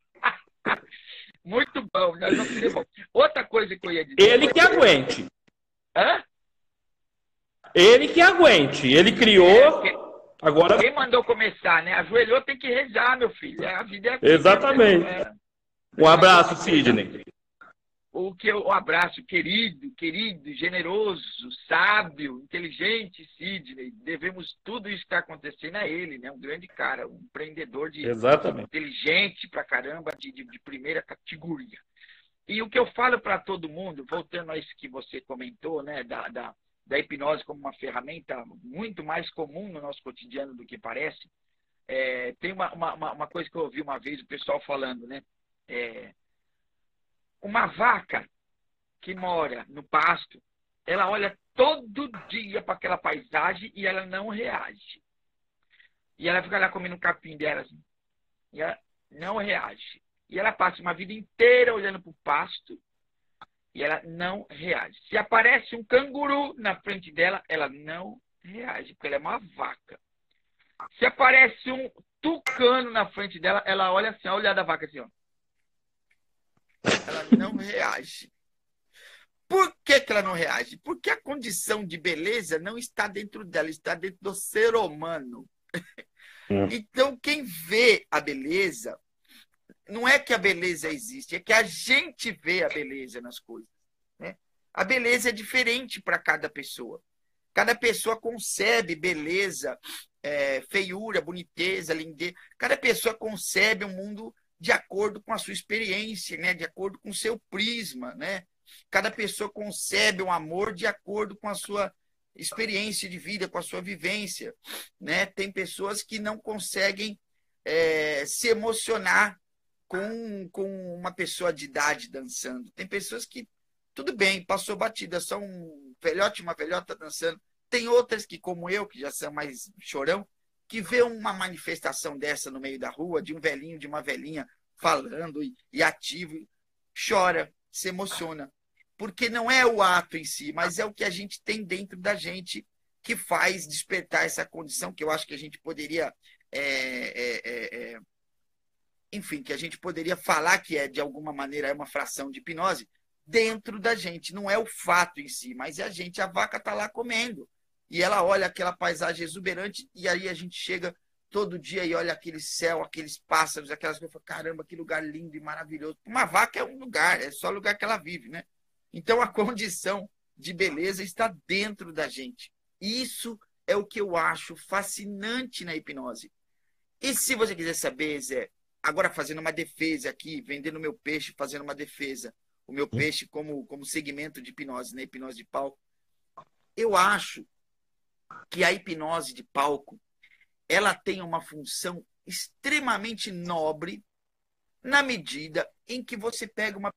Muito bom. Nós vamos ser bom. Outra coisa que eu ia dizer. Ele que aguente. Hã? Ele que aguente. Ele É, criou, quem- agora... Quem mandou começar, né? Ajoelhou, tem que rezar, meu filho. A vida é assim, Exatamente. né? Um abraço, Sidney. O que eu, um abraço, querido, querido, generoso, sábio, inteligente, Sidney. Devemos tudo isso que está acontecendo a ele, né? Um grande cara, um empreendedor de Exatamente. inteligente pra caramba, de, de, de primeira categoria. E o que eu falo para todo mundo, voltando a isso que você comentou, né? Da, da, da hipnose como uma ferramenta muito mais comum no nosso cotidiano do que parece. É, tem uma, uma, uma coisa que eu ouvi uma vez o pessoal falando, né? É, uma vaca que mora no pasto, ela olha todo dia para aquela paisagem e ela não reage. E ela fica lá comendo o capim dela assim, e ela não reage. E ela passa uma vida inteira olhando para o pasto e ela não reage. Se aparece um canguru na frente dela, ela não reage, porque ela é uma vaca. Se aparece um tucano na frente dela, ela olha assim, olha da vaca assim, ó. Ela não reage. Por que, que ela não reage? Porque a condição de beleza não está dentro dela, está dentro do ser humano. Hum. Então, quem vê a beleza, não é que a beleza existe, é que a gente vê a beleza nas coisas, né? A beleza é diferente para cada pessoa. Cada pessoa concebe beleza, é, feiura, boniteza, lindeza. Cada pessoa concebe um mundo de acordo com a sua experiência, né? De acordo com o seu prisma, né? Cada pessoa concebe um amor de acordo com a sua experiência de vida, com a sua vivência, né? Tem pessoas que não conseguem é, se emocionar com, com uma pessoa de idade dançando. Tem pessoas que, tudo bem, passou batida, só um velhote, uma velhota dançando. Tem outras que, como eu, que já são mais chorão, que vê uma manifestação dessa no meio da rua, de um velhinho, de uma velhinha falando e, e ativo, chora, se emociona. Porque não é o ato em si, mas é o que a gente tem dentro da gente que faz despertar essa condição, que eu acho que a gente poderia... É, é, é, é, enfim, que a gente poderia falar que é, de alguma maneira, é uma fração de hipnose dentro da gente. Não é o fato em si, mas é a gente. A vaca está lá comendo. E ela olha aquela paisagem exuberante e aí a gente chega todo dia e olha aquele céu, aqueles pássaros, aquelas coisas. Fala, caramba, que lugar lindo e maravilhoso. Uma vaca é um lugar, é só o lugar que ela vive, né? Então, a condição de beleza está dentro da gente. Isso é o que eu acho fascinante na hipnose. E se você quiser saber, Zé, agora fazendo uma defesa aqui, vendendo meu peixe, fazendo uma defesa, o meu peixe como, como segmento de hipnose, né? Hipnose de palco. Eu acho que a hipnose de palco, ela tem uma função extremamente nobre na medida em que você pega uma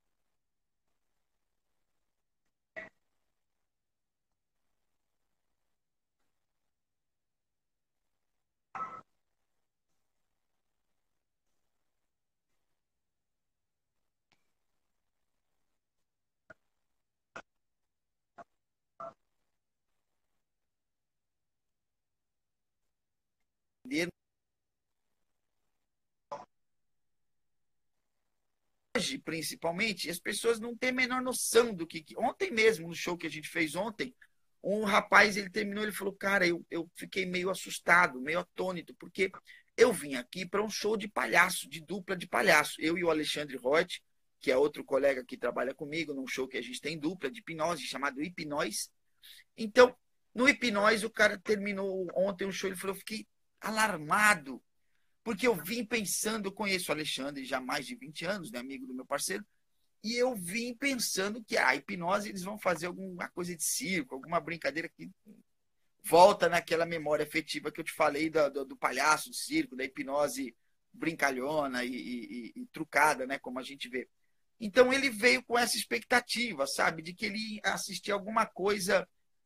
hoje, principalmente, as pessoas não têm a menor noção do que... Ontem mesmo, no show que a gente fez ontem, um rapaz, ele terminou, ele falou, cara, eu, eu fiquei meio assustado, meio atônito, porque eu vim aqui para um show de palhaço, de dupla de palhaço. Eu e o Alexandre Roth, que é outro colega que trabalha comigo, num show que a gente tem dupla de hipnose, chamado Hipnóis. Então, no Hipnóis, o cara terminou ontem um show, ele falou, eu fiquei alarmado, porque eu vim pensando, eu conheço o Alexandre já há mais de vinte anos, né, amigo do meu parceiro, e eu vim pensando que a hipnose eles vão fazer alguma coisa de circo, alguma brincadeira que volta naquela memória afetiva que eu te falei do, do, do palhaço, do circo, da hipnose brincalhona e, e, e trucada, né, como a gente vê. Então ele veio com essa expectativa, sabe, de que ele ia assistir alguma coisa,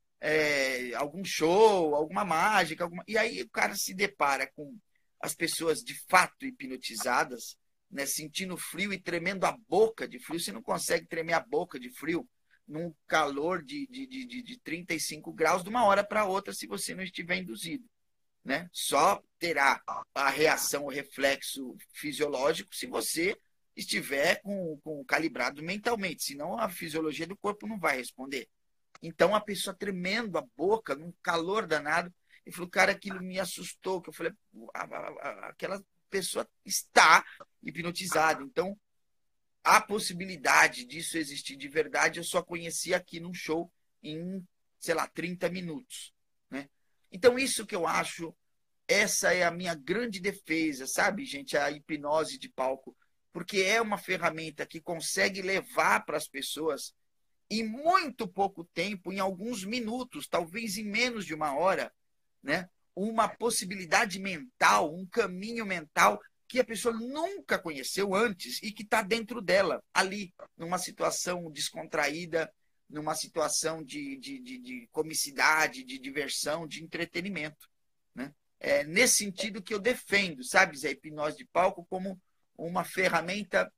é, algum show, alguma mágica, alguma... e aí o cara se depara com as pessoas de fato hipnotizadas, né, sentindo frio e tremendo a boca de frio. Você não consegue tremer a boca de frio num calor de, de, de, de trinta e cinco graus de uma hora para outra se você não estiver induzido, né? Só terá a reação, o reflexo fisiológico se você estiver com, com calibrado mentalmente, senão a fisiologia do corpo não vai responder. Então a pessoa tremendo a boca, num calor danado, e falou, cara, aquilo me assustou, que eu falei, a, a, a, aquela pessoa está hipnotizada. Então, a possibilidade disso existir de verdade, eu só conheci aqui num show em, sei lá, trinta minutos, né? Então, isso que eu acho, essa é a minha grande defesa, sabe, gente? A hipnose de palco, porque é uma ferramenta que consegue levar para as pessoas em muito pouco tempo, em alguns minutos, talvez em menos de uma hora, né? Uma possibilidade mental, um caminho mental que a pessoa nunca conheceu antes e que está dentro dela, ali, numa situação descontraída, numa situação de, de, de, de comicidade, de diversão, de entretenimento, né? É nesse sentido que eu defendo, sabe, Zé, a hipnose de palco como uma ferramenta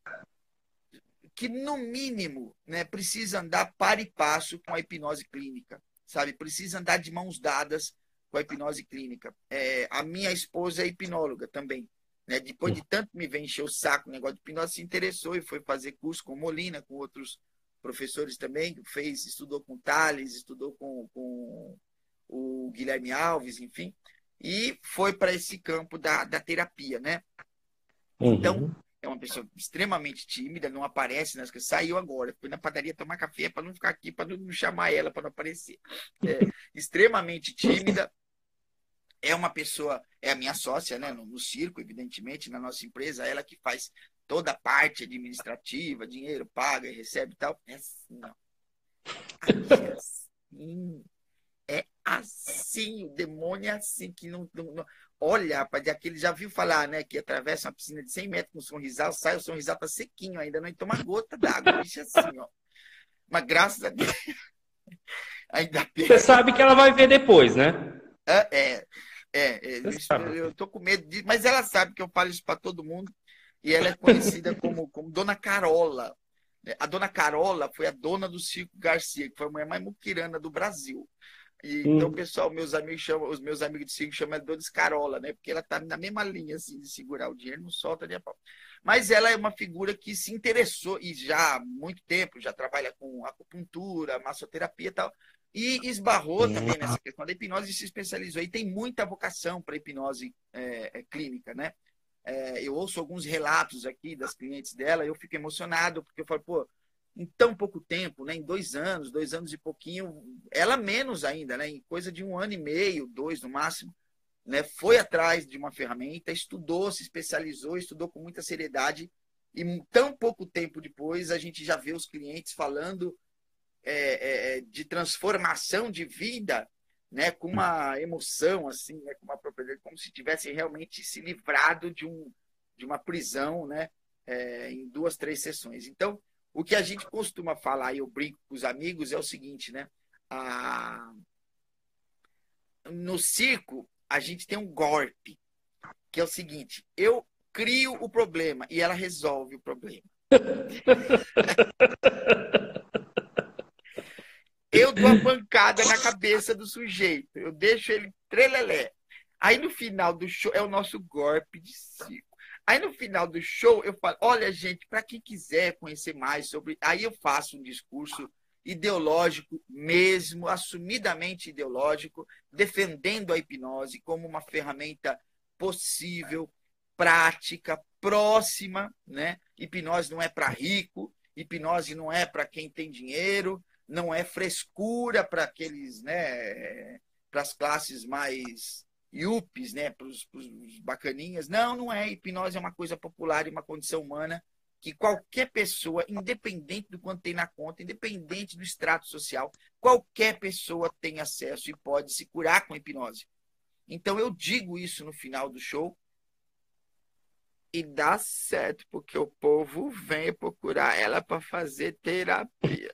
que, no mínimo, né, precisa andar par e passo com a hipnose clínica, sabe? Precisa andar de mãos dadas com a hipnose clínica. É, a minha esposa é hipnóloga também, né? Depois de tanto me ver encher o saco o negócio de hipnose, se interessou e foi fazer curso com Molina, com outros professores também, fez, estudou com Tales, estudou com, com o Guilherme Alves, enfim, e foi para esse campo da, da terapia, né? Uhum. Então, é uma pessoa extremamente tímida, não aparece nas coisas. Saiu agora, foi na padaria tomar café para não ficar aqui, para não chamar ela, para não aparecer. É, extremamente tímida. É uma pessoa, é a minha sócia, né, no, no circo, evidentemente, na nossa empresa, ela que faz toda a parte administrativa, dinheiro paga e recebe e tal. É assim, não. Aqui é assim. É assim, o demônio é assim, que não... não, não... Olha, rapaz, aquele já viu falar, né, que atravessa uma piscina de cem metros com o sorrisal, sai, o sorrisal tá sequinho ainda, não toma gota d'água, bicho, assim, ó. Mas graças a Deus, ainda bem. Você sabe que ela vai ver depois, né? É, é, é, é eu, eu tô com medo de... Mas ela sabe que eu falo isso para todo mundo, e ela é conhecida como, como Dona Carola, A dona Carola foi a dona do Circo Garcia, que foi a mulher mais muquirana do Brasil. E, Hum. então, pessoal, meus amigos chamam, os meus amigos de circo chamam ela de Dona Carola, né? Porque ela tá na mesma linha, assim, de segurar o dinheiro, não solta nem a pau. Mas ela é uma figura que se interessou, e já há muito tempo, já trabalha com acupuntura, massoterapia e tal, e esbarrou também nessa questão da hipnose e se especializou. E tem muita vocação para hipnose é, é, clínica, né? É, eu ouço alguns relatos aqui das clientes dela, eu fico emocionado, porque eu falo, pô, em tão pouco tempo, né, em dois anos, dois anos e pouquinho, ela menos ainda, né, em coisa de um ano e meio, dois no máximo, né, foi atrás de uma ferramenta, estudou, se especializou, estudou com muita seriedade, e em tão pouco tempo depois a gente já vê os clientes falando é, é, de transformação de vida, né, com uma emoção, assim, né, com uma propriedade, como se tivessem realmente se livrado de, um, de uma prisão, né, é, em duas, três sessões. Então, o que a gente costuma falar, e eu brinco com os amigos, é o seguinte, né, a... no circo, a gente tem um golpe, que é o seguinte, eu crio o problema e ela resolve o problema. Eu dou a pancada na cabeça do sujeito. Eu deixo ele trelelé. Aí no final do show, é o nosso golpe de circo. Aí no final do show, eu falo, olha, gente, para quem quiser conhecer mais sobre... Aí eu faço um discurso ideológico mesmo, assumidamente ideológico, defendendo a hipnose como uma ferramenta possível, prática, próxima, né? Hipnose não é para rico, hipnose não é para quem tem dinheiro, não é frescura para aqueles, né, para as classes mais yuppies, né, para os bacaninhas. Não, não é. Hipnose é uma coisa popular e uma condição humana que qualquer pessoa, independente do quanto tem na conta, independente do extrato social, qualquer pessoa tem acesso e pode se curar com hipnose. Então eu digo isso no final do show e dá certo, porque o povo vem procurar ela para fazer terapia.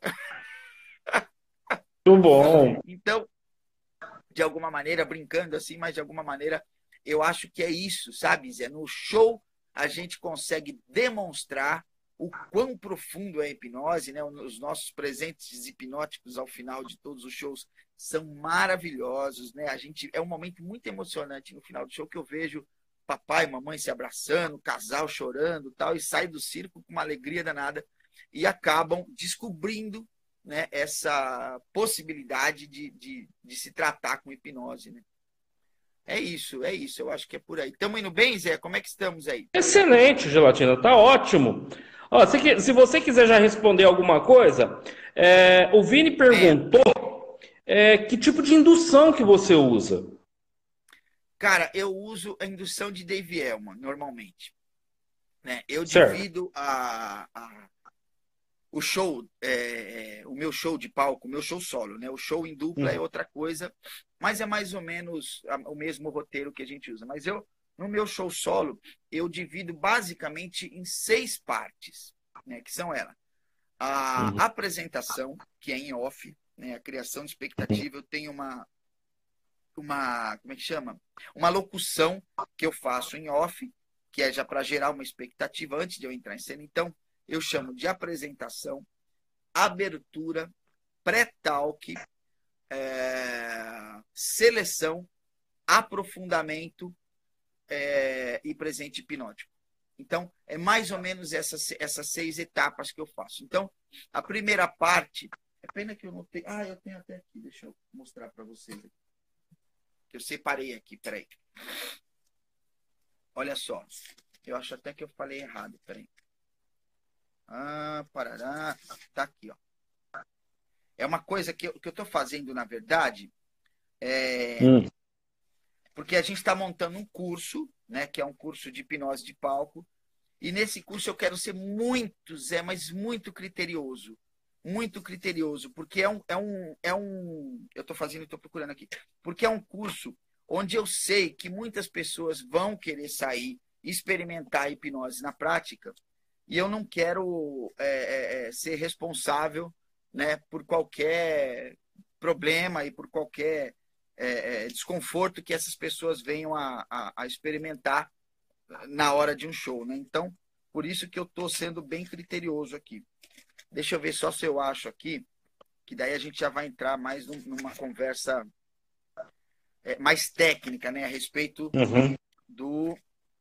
Muito bom. Então, de alguma maneira, brincando assim, mas de alguma maneira, eu acho que é isso, sabe, Zé? No show, a gente consegue demonstrar o quão profundo é a hipnose, né? Os nossos presentes hipnóticos ao final de todos os shows são maravilhosos, né? A gente, é um momento muito emocionante no final do show que eu vejo papai e mamãe se abraçando, casal chorando, tal, e sai do circo com uma alegria danada e acabam descobrindo, né, essa possibilidade de, de, de se tratar com hipnose, né? É isso, é isso, eu acho que é por aí. Estamos indo bem, Zé? Como é que estamos aí? Excelente, Gelatina, tá ótimo. Ó, se, se você quiser já responder alguma coisa, é, o Vini perguntou é, que tipo de indução que você usa? Cara, eu uso a indução de Dave Elman, normalmente. Né? Eu Certo. divido a, a o show, é, o meu show de palco, o meu show solo, né? O show em dupla é outra coisa, mas é mais ou menos o mesmo roteiro que a gente usa. Mas eu, no meu show solo, eu divido basicamente em seis partes, né? Que são elas. A Uhum. apresentação, que é em off, né? A criação de expectativa. Eu tenho uma, uma, como é que chama? Uma locução que eu faço em off, que é já para gerar uma expectativa antes de eu entrar em cena. Então, eu chamo de apresentação, abertura, pré-talk, é, seleção, aprofundamento é, e presente hipnótico. Então, é mais ou menos essas, essas seis etapas que eu faço. Então, a primeira parte... É pena que eu não tenho... Ah, eu tenho até aqui. Deixa eu mostrar para vocês. Aqui. Que eu separei aqui, peraí. Olha só. Eu acho até que eu falei errado, peraí. Ah, parará. Tá aqui, ó. É uma coisa que eu, que eu tô fazendo, na verdade, é... hum. porque a gente está montando um curso, né, que é um curso de hipnose de palco, e nesse curso eu quero ser muito, Zé, mas muito criterioso. Muito criterioso, porque é um... É um, é um eu tô fazendo, eu tô procurando aqui. Porque é um curso onde eu sei que muitas pessoas vão querer sair e experimentar a hipnose na prática, e eu não quero é, é, ser responsável, né, por qualquer problema e por qualquer é, é, desconforto que essas pessoas venham a, a, a experimentar na hora de um show, né? Então, por isso que eu estou sendo bem criterioso aqui. Deixa eu ver só se eu acho aqui, que daí a gente já vai entrar mais num- numa conversa é, mais técnica, né, a respeito Uhum. do,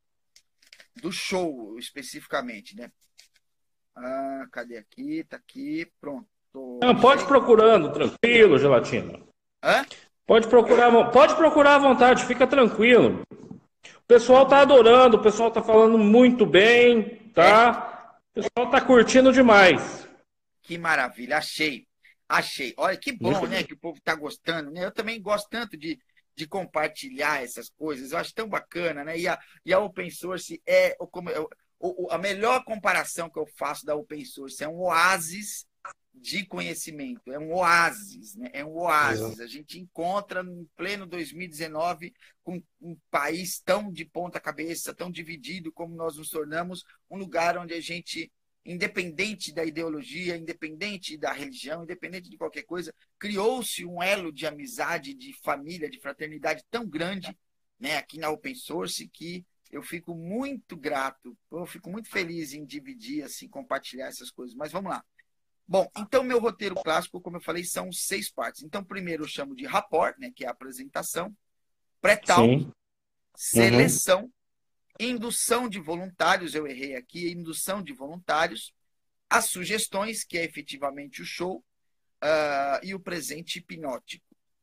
do show especificamente, né? Ah, cadê aqui? Tá aqui, pronto. Não, pode procurando, tranquilo, Gelatina. Hã? Pode procurar, pode procurar à vontade, fica tranquilo. O pessoal tá adorando, o pessoal tá falando muito bem, tá? O pessoal tá curtindo demais. Que maravilha, achei. Achei. Olha, que bom, Muito né, bem. que o povo tá gostando, né? Eu também gosto tanto de, de compartilhar essas coisas, eu acho tão bacana, né? E a, e a open source é o, como, eu- o, o- a melhor comparação que eu faço da open source é um oásis de conhecimento, é um oásis, né? É um oásis. A gente encontra em pleno dois mil e dezenove, com um país tão de ponta cabeça, tão dividido como nós nos tornamos, um lugar onde a gente, independente da ideologia, independente da religião, independente de qualquer coisa, criou-se um elo de amizade, de família, de fraternidade tão grande, né, aqui na open source, que eu fico muito grato, eu fico muito feliz em dividir, assim, compartilhar essas coisas. Mas vamos lá. Bom, então meu roteiro clássico, como eu falei, são seis partes. Então, primeiro eu chamo de rapport, né, que é a apresentação, pré-talk, Sim. Uhum. seleção, indução de voluntários, eu errei aqui, indução de voluntários, as sugestões, que é efetivamente o show, uh, e o presente hipnótico.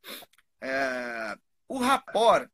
Uh, o rapport,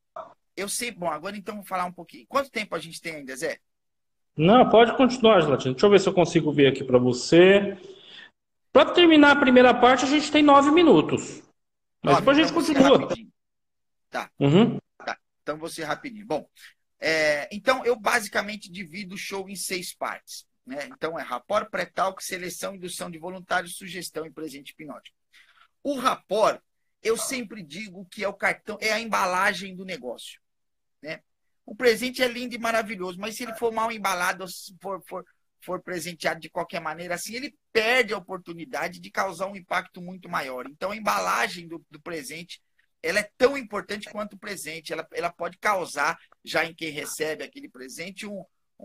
eu sei, bom, agora então vou falar um pouquinho. Quanto tempo a gente tem ainda, Zé? Não, pode continuar, Gelatina. Deixa eu ver se eu consigo ver aqui para você. Para terminar a primeira parte, a gente tem nove minutos. Mas Nove, depois a então gente você continua. rapidinho. Tá, Uhum. tá. Então você rapidinho. Bom, é, então eu basicamente divido o show em seis partes. Né? Então é rapport, pré-talk, seleção, indução de voluntários, sugestão e presente hipnótico. O rapport, eu sempre digo que é o cartão, é a embalagem do negócio. Né? O presente é lindo e maravilhoso, mas se ele for mal embalado, for, for, for presenteado de qualquer maneira, assim, ele perde a oportunidade de causar um impacto muito maior. Então, a embalagem do, do presente, ela é tão importante quanto o presente. Ela, ela pode causar, já em quem recebe aquele presente, um,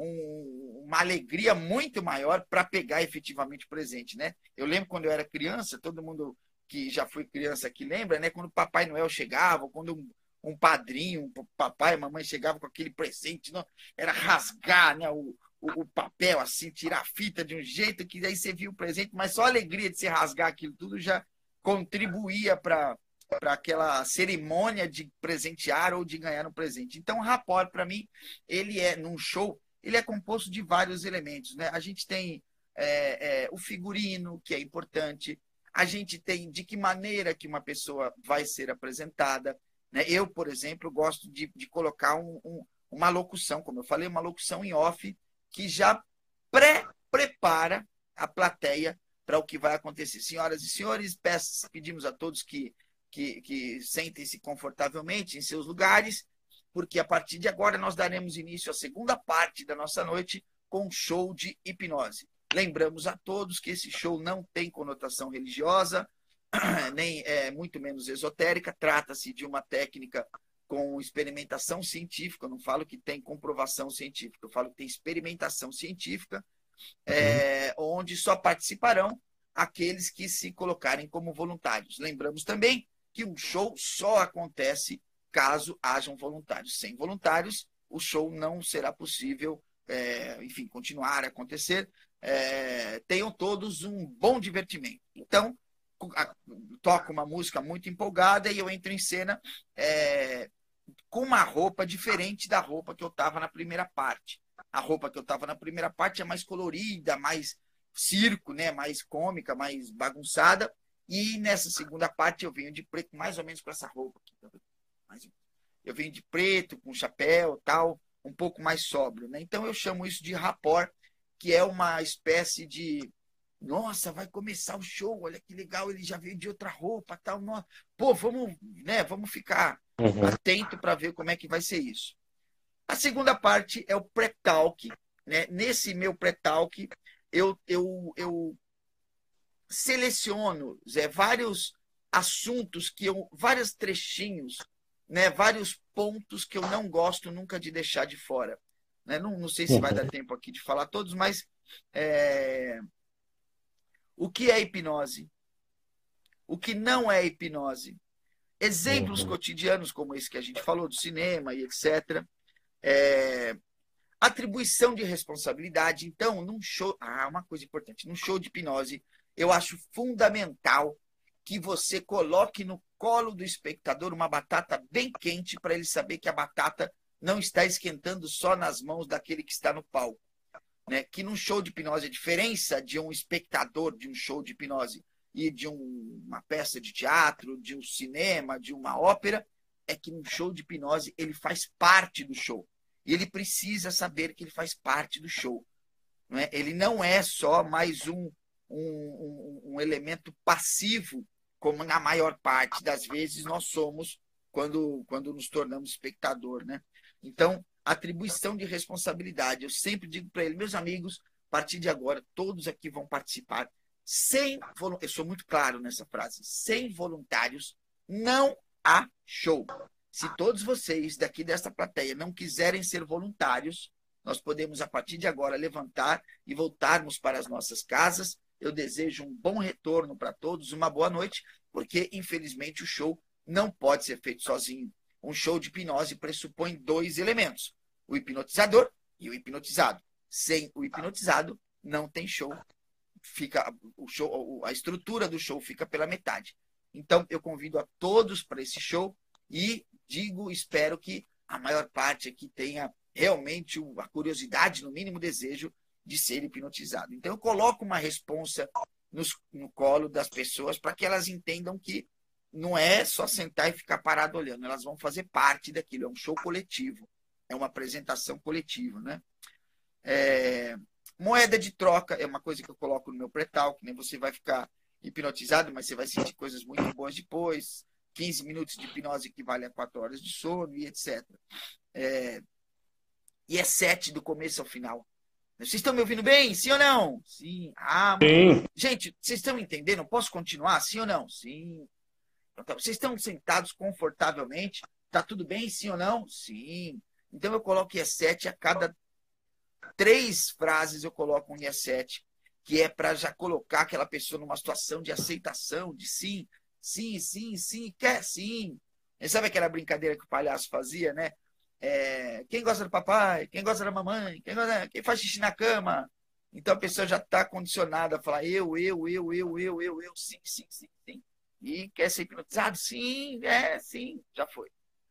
um, uma alegria muito maior para pegar efetivamente o presente. Né? Eu lembro quando eu era criança, todo mundo que já foi criança aqui lembra, né? Quando o Papai Noel chegava, quando um, um padrinho, um papai, mamãe chegava com aquele presente, não, era rasgar, né, o, o, o papel, assim, tirar a fita de um jeito que daí você via o presente, mas só a alegria de você rasgar aquilo tudo já contribuía para para aquela cerimônia de presentear ou de ganhar um presente. Então, o rapport, para mim, ele é, num show, ele é composto de vários elementos. Né? A gente tem é, é, o figurino, que é importante, a gente tem de que maneira que uma pessoa vai ser apresentada. Né? Eu, por exemplo, gosto de, de colocar um, um, uma locução, como eu falei, uma locução em off, que já pré-prepara a plateia para o que vai acontecer. Senhoras e senhores, peço, pedimos a todos que, que, que sentem-se confortavelmente em seus lugares, porque a partir de agora nós daremos início à segunda parte da nossa noite com um show de hipnose. Lembramos a todos que esse show não tem conotação religiosa, nem é, muito menos esotérica, trata-se de uma técnica com experimentação científica, eu não falo que tem comprovação científica, eu falo que tem experimentação científica, é, uhum. onde só participarão aqueles que se colocarem como voluntários. Lembramos também que um show só acontece caso hajam voluntários. Sem voluntários, o show não será possível, é, enfim, continuar a acontecer. É, tenham todos um bom divertimento. Então, toco uma música muito empolgada e eu entro em cena é, com uma roupa diferente da roupa que eu estava na primeira parte. A roupa que eu estava na primeira parte é mais colorida, mais circo, né? Mais cômica, mais bagunçada. E nessa segunda parte eu venho de preto, mais ou menos com essa roupa aqui. Eu venho de preto, com chapéu tal, um pouco mais sóbrio. Né? Então eu chamo isso de rapport, que é uma espécie de nossa, vai começar o show, olha que legal, ele já veio de outra roupa, tal. Nossa. Pô, vamos, né, vamos ficar uhum. atento para ver como é que vai ser isso. A segunda parte é o pré-talk. Né? Nesse meu pré-talk, eu, eu, eu seleciono, Zé, vários assuntos, que eu, vários trechinhos, né, vários pontos que eu não gosto nunca de deixar de fora. Né? Não, não sei se uhum. vai dar tempo aqui de falar todos, mas... É... o que é hipnose, o que não é hipnose, exemplos Uhum. cotidianos como esse que a gente falou, do cinema e etcétera. É, atribuição de responsabilidade. Então, num show... Ah, uma coisa importante. Num show de hipnose, eu acho fundamental que você coloque no colo do espectador uma batata bem quente para ele saber que a batata não está esquentando só nas mãos daquele que está no palco. Né? Que num show de hipnose, a diferença de um espectador de um show de hipnose e de um, uma peça de teatro, de um cinema, de uma ópera, é que num show de hipnose ele faz parte do show. E ele precisa saber que ele faz parte do show. Não é? Ele não é só mais um, um, um, um elemento passivo, como na maior parte das vezes nós somos quando, quando nos tornamos espectador. Né? Então, atribuição de responsabilidade. Eu sempre digo para ele, meus amigos, a partir de agora, todos aqui vão participar sem voluntários. Eu sou muito claro nessa frase. Sem voluntários, não há show. Se todos vocês daqui desta plateia não quiserem ser voluntários, nós podemos, a partir de agora, levantar e voltarmos para as nossas casas. Eu desejo um bom retorno para todos, uma boa noite, porque, infelizmente, o show não pode ser feito sozinho. Um show de hipnose pressupõe dois elementos, o hipnotizador e o hipnotizado. Sem o hipnotizado, não tem show. Fica, o show, a estrutura do show fica pela metade. Então, eu convido a todos para esse show e digo, espero que a maior parte aqui tenha realmente a curiosidade, no mínimo desejo, de ser hipnotizado. Então, eu coloco uma responsa nos, no colo das pessoas para que elas entendam que não é só sentar e ficar parado olhando, elas vão fazer parte daquilo, é um show coletivo, é uma apresentação coletiva. Né? É, moeda de troca é uma coisa que eu coloco no meu pré-tal, que nem você vai ficar hipnotizado, mas você vai sentir coisas muito boas depois, quinze minutos de hipnose equivale a quatro horas de sono e etcétera. É, e é sete do começo ao final. Vocês estão me ouvindo bem? Sim ou não? Sim. Ah, Sim. Gente, vocês estão entendendo? Posso continuar? Sim ou não? Sim. Então, vocês estão sentados confortavelmente? Tá tudo bem? Sim ou não? Sim. Então eu coloco I E sete a cada três frases eu coloco um I E sete, que é para já colocar aquela pessoa numa situação de aceitação, de sim, sim, sim, sim, quer sim. E sabe aquela brincadeira que o palhaço fazia, né? É, quem gosta do papai? Quem gosta da mamãe? Quem, gosta, quem faz xixi na cama? Então a pessoa já está condicionada a falar eu, eu, eu, eu, eu, eu, eu, sim, sim, sim, sim. E quer ser hipnotizado? Sim, é, sim, já foi.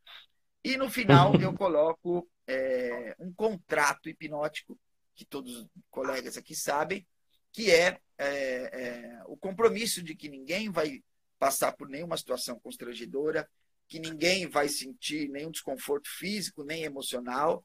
E no final eu coloco é, um contrato hipnótico, que todos os colegas aqui sabem, que é, é, é o compromisso de que ninguém vai passar por nenhuma situação constrangedora, que ninguém vai sentir nenhum desconforto físico nem emocional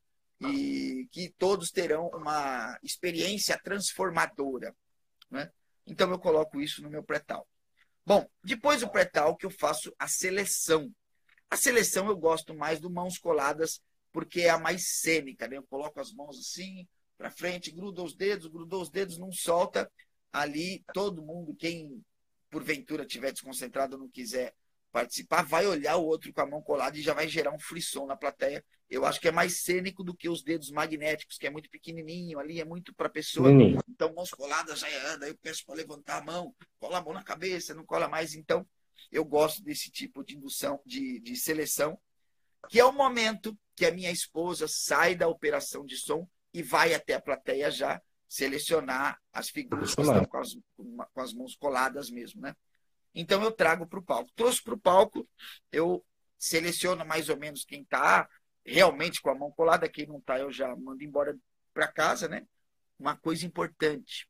e que todos terão uma experiência transformadora. Né? Então eu coloco isso no meu pré-tal. Bom, depois do pré-tal que eu faço a seleção. A seleção eu gosto mais do mãos coladas porque é a mais cênica. Né? Eu coloco as mãos assim para frente, grudo os dedos, grudou os dedos, não solta. Ali todo mundo, quem porventura estiver desconcentrado não quiser participar, vai olhar o outro com a mão colada e já vai gerar um frisson na plateia. Eu acho que é mais cênico do que os dedos magnéticos, que é muito pequenininho ali, é muito para a pessoa. Menino. Então, mãos coladas já anda, eu peço para levantar a mão, cola a mão na cabeça, não cola mais. Então, eu gosto desse tipo de indução, de, de seleção, que é o momento que a minha esposa sai da operação de som e vai até a plateia já selecionar as figuras que estão com as, com as mãos coladas mesmo, né? Então, eu trago para o palco. Trouxe para o palco, eu seleciono mais ou menos quem está realmente com a mão colada. Quem não está, eu já mando embora para casa, né? Uma coisa importante.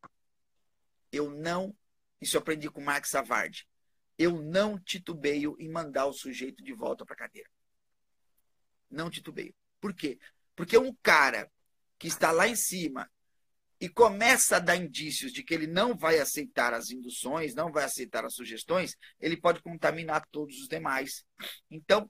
Eu não... Isso eu aprendi com o Mark Savard. Eu não titubeio em mandar o sujeito de volta para a cadeira. Não titubeio. Por quê? Porque um cara que está lá em cima e começa a dar indícios de que ele não vai aceitar as induções, não vai aceitar as sugestões, ele pode contaminar todos os demais. Então,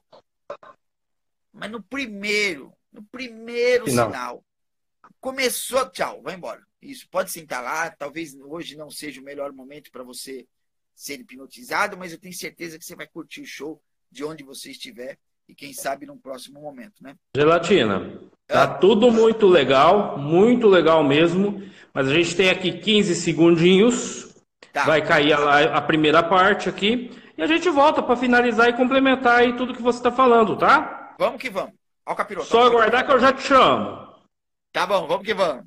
mas no primeiro, no primeiro Final. sinal, começou, tchau, vai embora. Isso, pode sentar lá, talvez hoje não seja o melhor momento para você ser hipnotizado, mas eu tenho certeza que você vai curtir o show de onde você estiver e quem sabe num próximo momento, né? Gelatina, tá tudo muito legal, muito legal mesmo, mas a gente tem aqui quinze segundinhos Tá. Vai cair a, a primeira parte aqui e a gente volta para finalizar e complementar aí tudo que você está falando, tá? Vamos que vamos. Ó o capiroto. Só aguardar que eu já te chamo. Tá bom, vamos que vamos.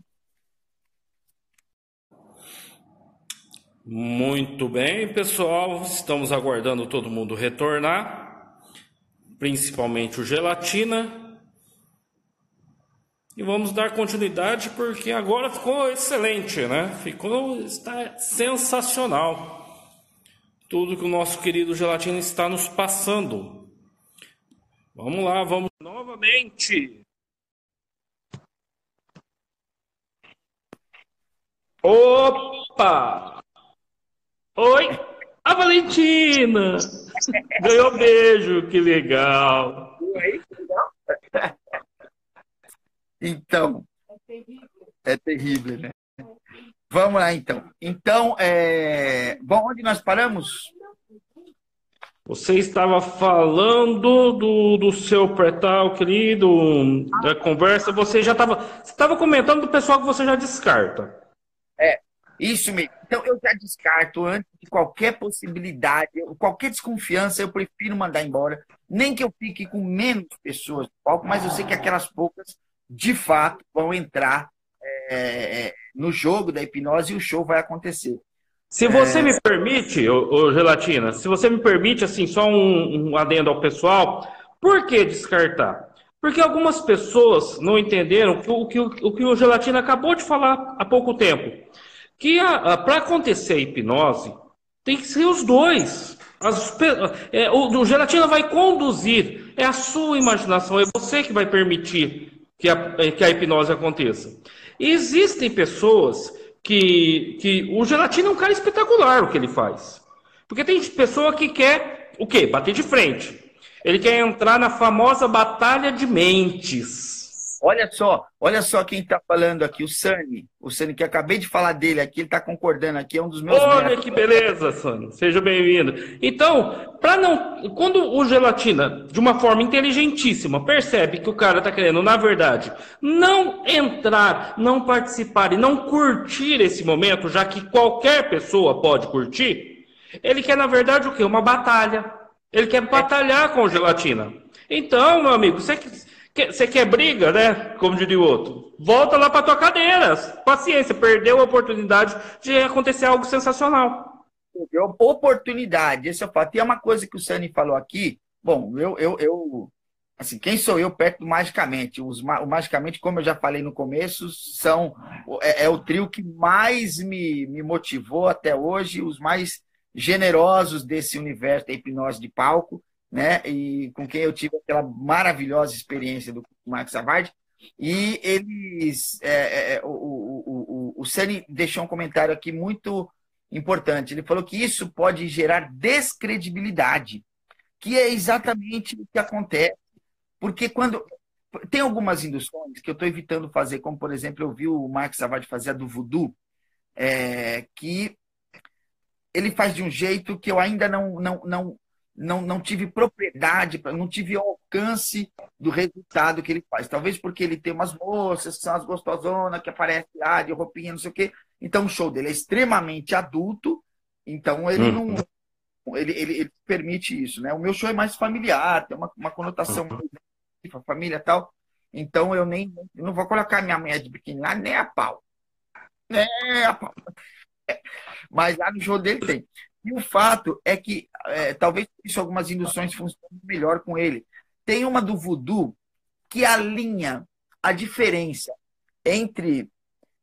Muito bem, pessoal. Estamos aguardando todo mundo retornar, principalmente o Gelatina. E vamos dar continuidade porque agora ficou excelente, né? Ficou, está sensacional. Tudo que o nosso querido Gelatina está nos passando. Vamos lá, vamos novamente. Opa! Oi, a Valentina! Ganhou beijo, que legal! Então, é terrível, né? Vamos lá, então. Então, é... bom, onde nós paramos? Você estava falando do, do seu pré-talk ali, do, da conversa. Você já estava... Você estava comentando do pessoal que você já descarta. É, isso mesmo. Então, eu já descarto antes de qualquer possibilidade, qualquer desconfiança, eu prefiro mandar embora. Nem que eu fique com menos pessoas no palco, mas eu sei que aquelas poucas, de fato, vão entrar é, no jogo da hipnose e o show vai acontecer. Se você é... me permite, ô, ô, Gelatina, se você me permite, assim, só um, um adendo ao pessoal, por que descartar? Porque algumas pessoas não entenderam o que o, o, que o Gelatina acabou de falar há pouco tempo. Que para acontecer a hipnose, tem que ser os dois. As, é, o, o Gelatina vai conduzir, é a sua imaginação, é você que vai permitir que a, que a hipnose aconteça. E existem pessoas que, que... O Gelatina é um cara espetacular o que ele faz. Porque tem pessoa que quer o quê? Bater de frente. Ele quer entrar na famosa batalha de mentes. Olha só, olha só quem está falando aqui, o Sani. O Sani, que eu acabei de falar dele aqui, ele está concordando aqui, é um dos meus... Olha netos. que beleza, Sani. Seja bem-vindo. Então, para não... quando o Gelatina, de uma forma inteligentíssima, percebe que o cara está querendo, na verdade, não entrar, não participar e não curtir esse momento, já que qualquer pessoa pode curtir, ele quer, na verdade, o quê? Uma batalha. Ele quer batalhar com o Gelatina. Então, meu amigo, você... Você quer briga, né? Como diria o outro. Volta lá para tua cadeira. Paciência, perdeu a oportunidade de acontecer algo sensacional. Perdeu a oportunidade. Esse é o fato. E é uma coisa que o Sani falou aqui. Bom, eu, eu, eu assim, quem sou eu perto do Magicamente? Os, o Magicamente, como eu já falei no começo, são é, é o trio que mais me, me motivou até hoje, os mais generosos desse universo da hipnose de palco. Né? E com quem eu tive aquela maravilhosa experiência do Marcos Savard. E eles. É, é, o, o, o, o Sani deixou um comentário aqui muito importante. Ele falou que isso pode gerar descredibilidade, que é exatamente o que acontece. Porque quando. Tem algumas induções que eu estou evitando fazer, como, por exemplo, eu vi o Marcos Savard fazer a do voodoo, é, que ele faz de um jeito que eu ainda não. não, não Não, não tive propriedade, não tive alcance do resultado que ele faz. Talvez porque ele tem umas moças que são as gostosonas, que aparecem lá de roupinha, não sei o quê. Então o show dele é extremamente adulto, então ele Uhum. não ele, ele, ele permite isso, né? O meu show é mais familiar, tem uma, uma conotação para a família e tal. Então eu nem eu não vou colocar minha mulher de biquíni lá, nem a pau. Nem a pau. Mas lá no show dele tem. E o fato é que, é, talvez isso algumas induções funcionem melhor com ele. Tem uma do voodoo que alinha a diferença entre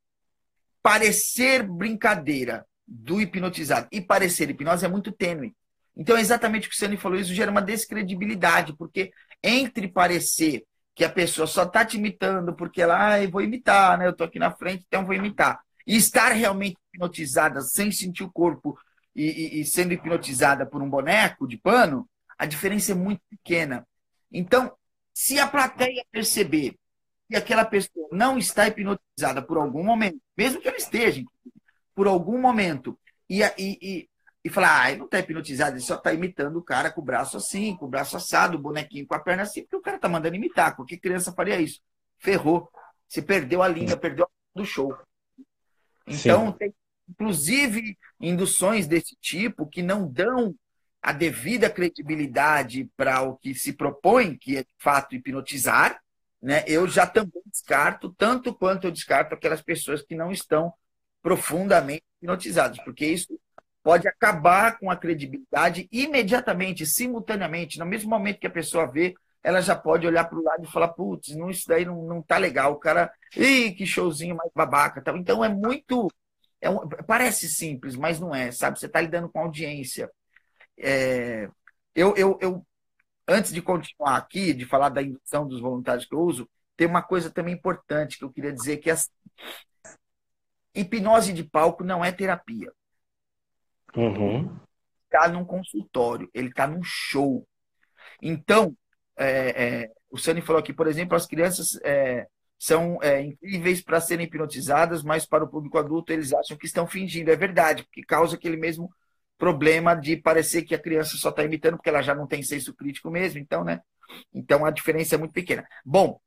parecer brincadeira do hipnotizado e parecer hipnose é muito tênue. Então, é exatamente o que o Sani falou, isso gera uma descredibilidade, porque entre parecer que a pessoa só está te imitando porque ela, ah, eu vou imitar, né? Eu estou aqui na frente, então vou imitar. E estar realmente hipnotizada sem sentir o corpo E, e, e sendo hipnotizada por um boneco de pano, a diferença é muito pequena. Então, se a plateia perceber que aquela pessoa não está hipnotizada por algum momento, mesmo que ela esteja, por algum momento, e, e, e, e falar, ah, ele não está hipnotizado, ele só está imitando o cara com o braço assim, com o braço assado, o bonequinho com a perna assim, porque o cara está mandando imitar. Qualquer criança faria isso. Ferrou. Você perdeu a linha, perdeu a do show. Então, tem inclusive induções desse tipo que não dão a devida credibilidade para o que se propõe, que é de fato hipnotizar, né? Eu já também descarto, tanto quanto eu descarto aquelas pessoas que não estão profundamente hipnotizadas, porque isso pode acabar com a credibilidade imediatamente, simultaneamente, no mesmo momento que a pessoa vê, ela já pode olhar para o lado e falar, putz, não, isso daí não, não tá legal, o cara, ih, que showzinho mais babaca, tal. Então é muito, é um, parece simples, mas não é, sabe? Você está lidando com audiência. É, eu, eu, eu, antes de continuar aqui, de falar da indução dos voluntários que eu uso, tem uma coisa também importante que eu queria dizer, que é assim, hipnose de palco não é terapia. Uhum. Está num consultório, ele está num show. Então, é, é, o Sani falou aqui, por exemplo, as crianças é, são é, incríveis para serem hipnotizadas, mas para o público adulto eles acham que estão fingindo. É verdade, porque causa aquele mesmo problema de parecer que a criança só está imitando, porque ela já não tem senso crítico mesmo. Então, né? Então a diferença é muito pequena. Bom,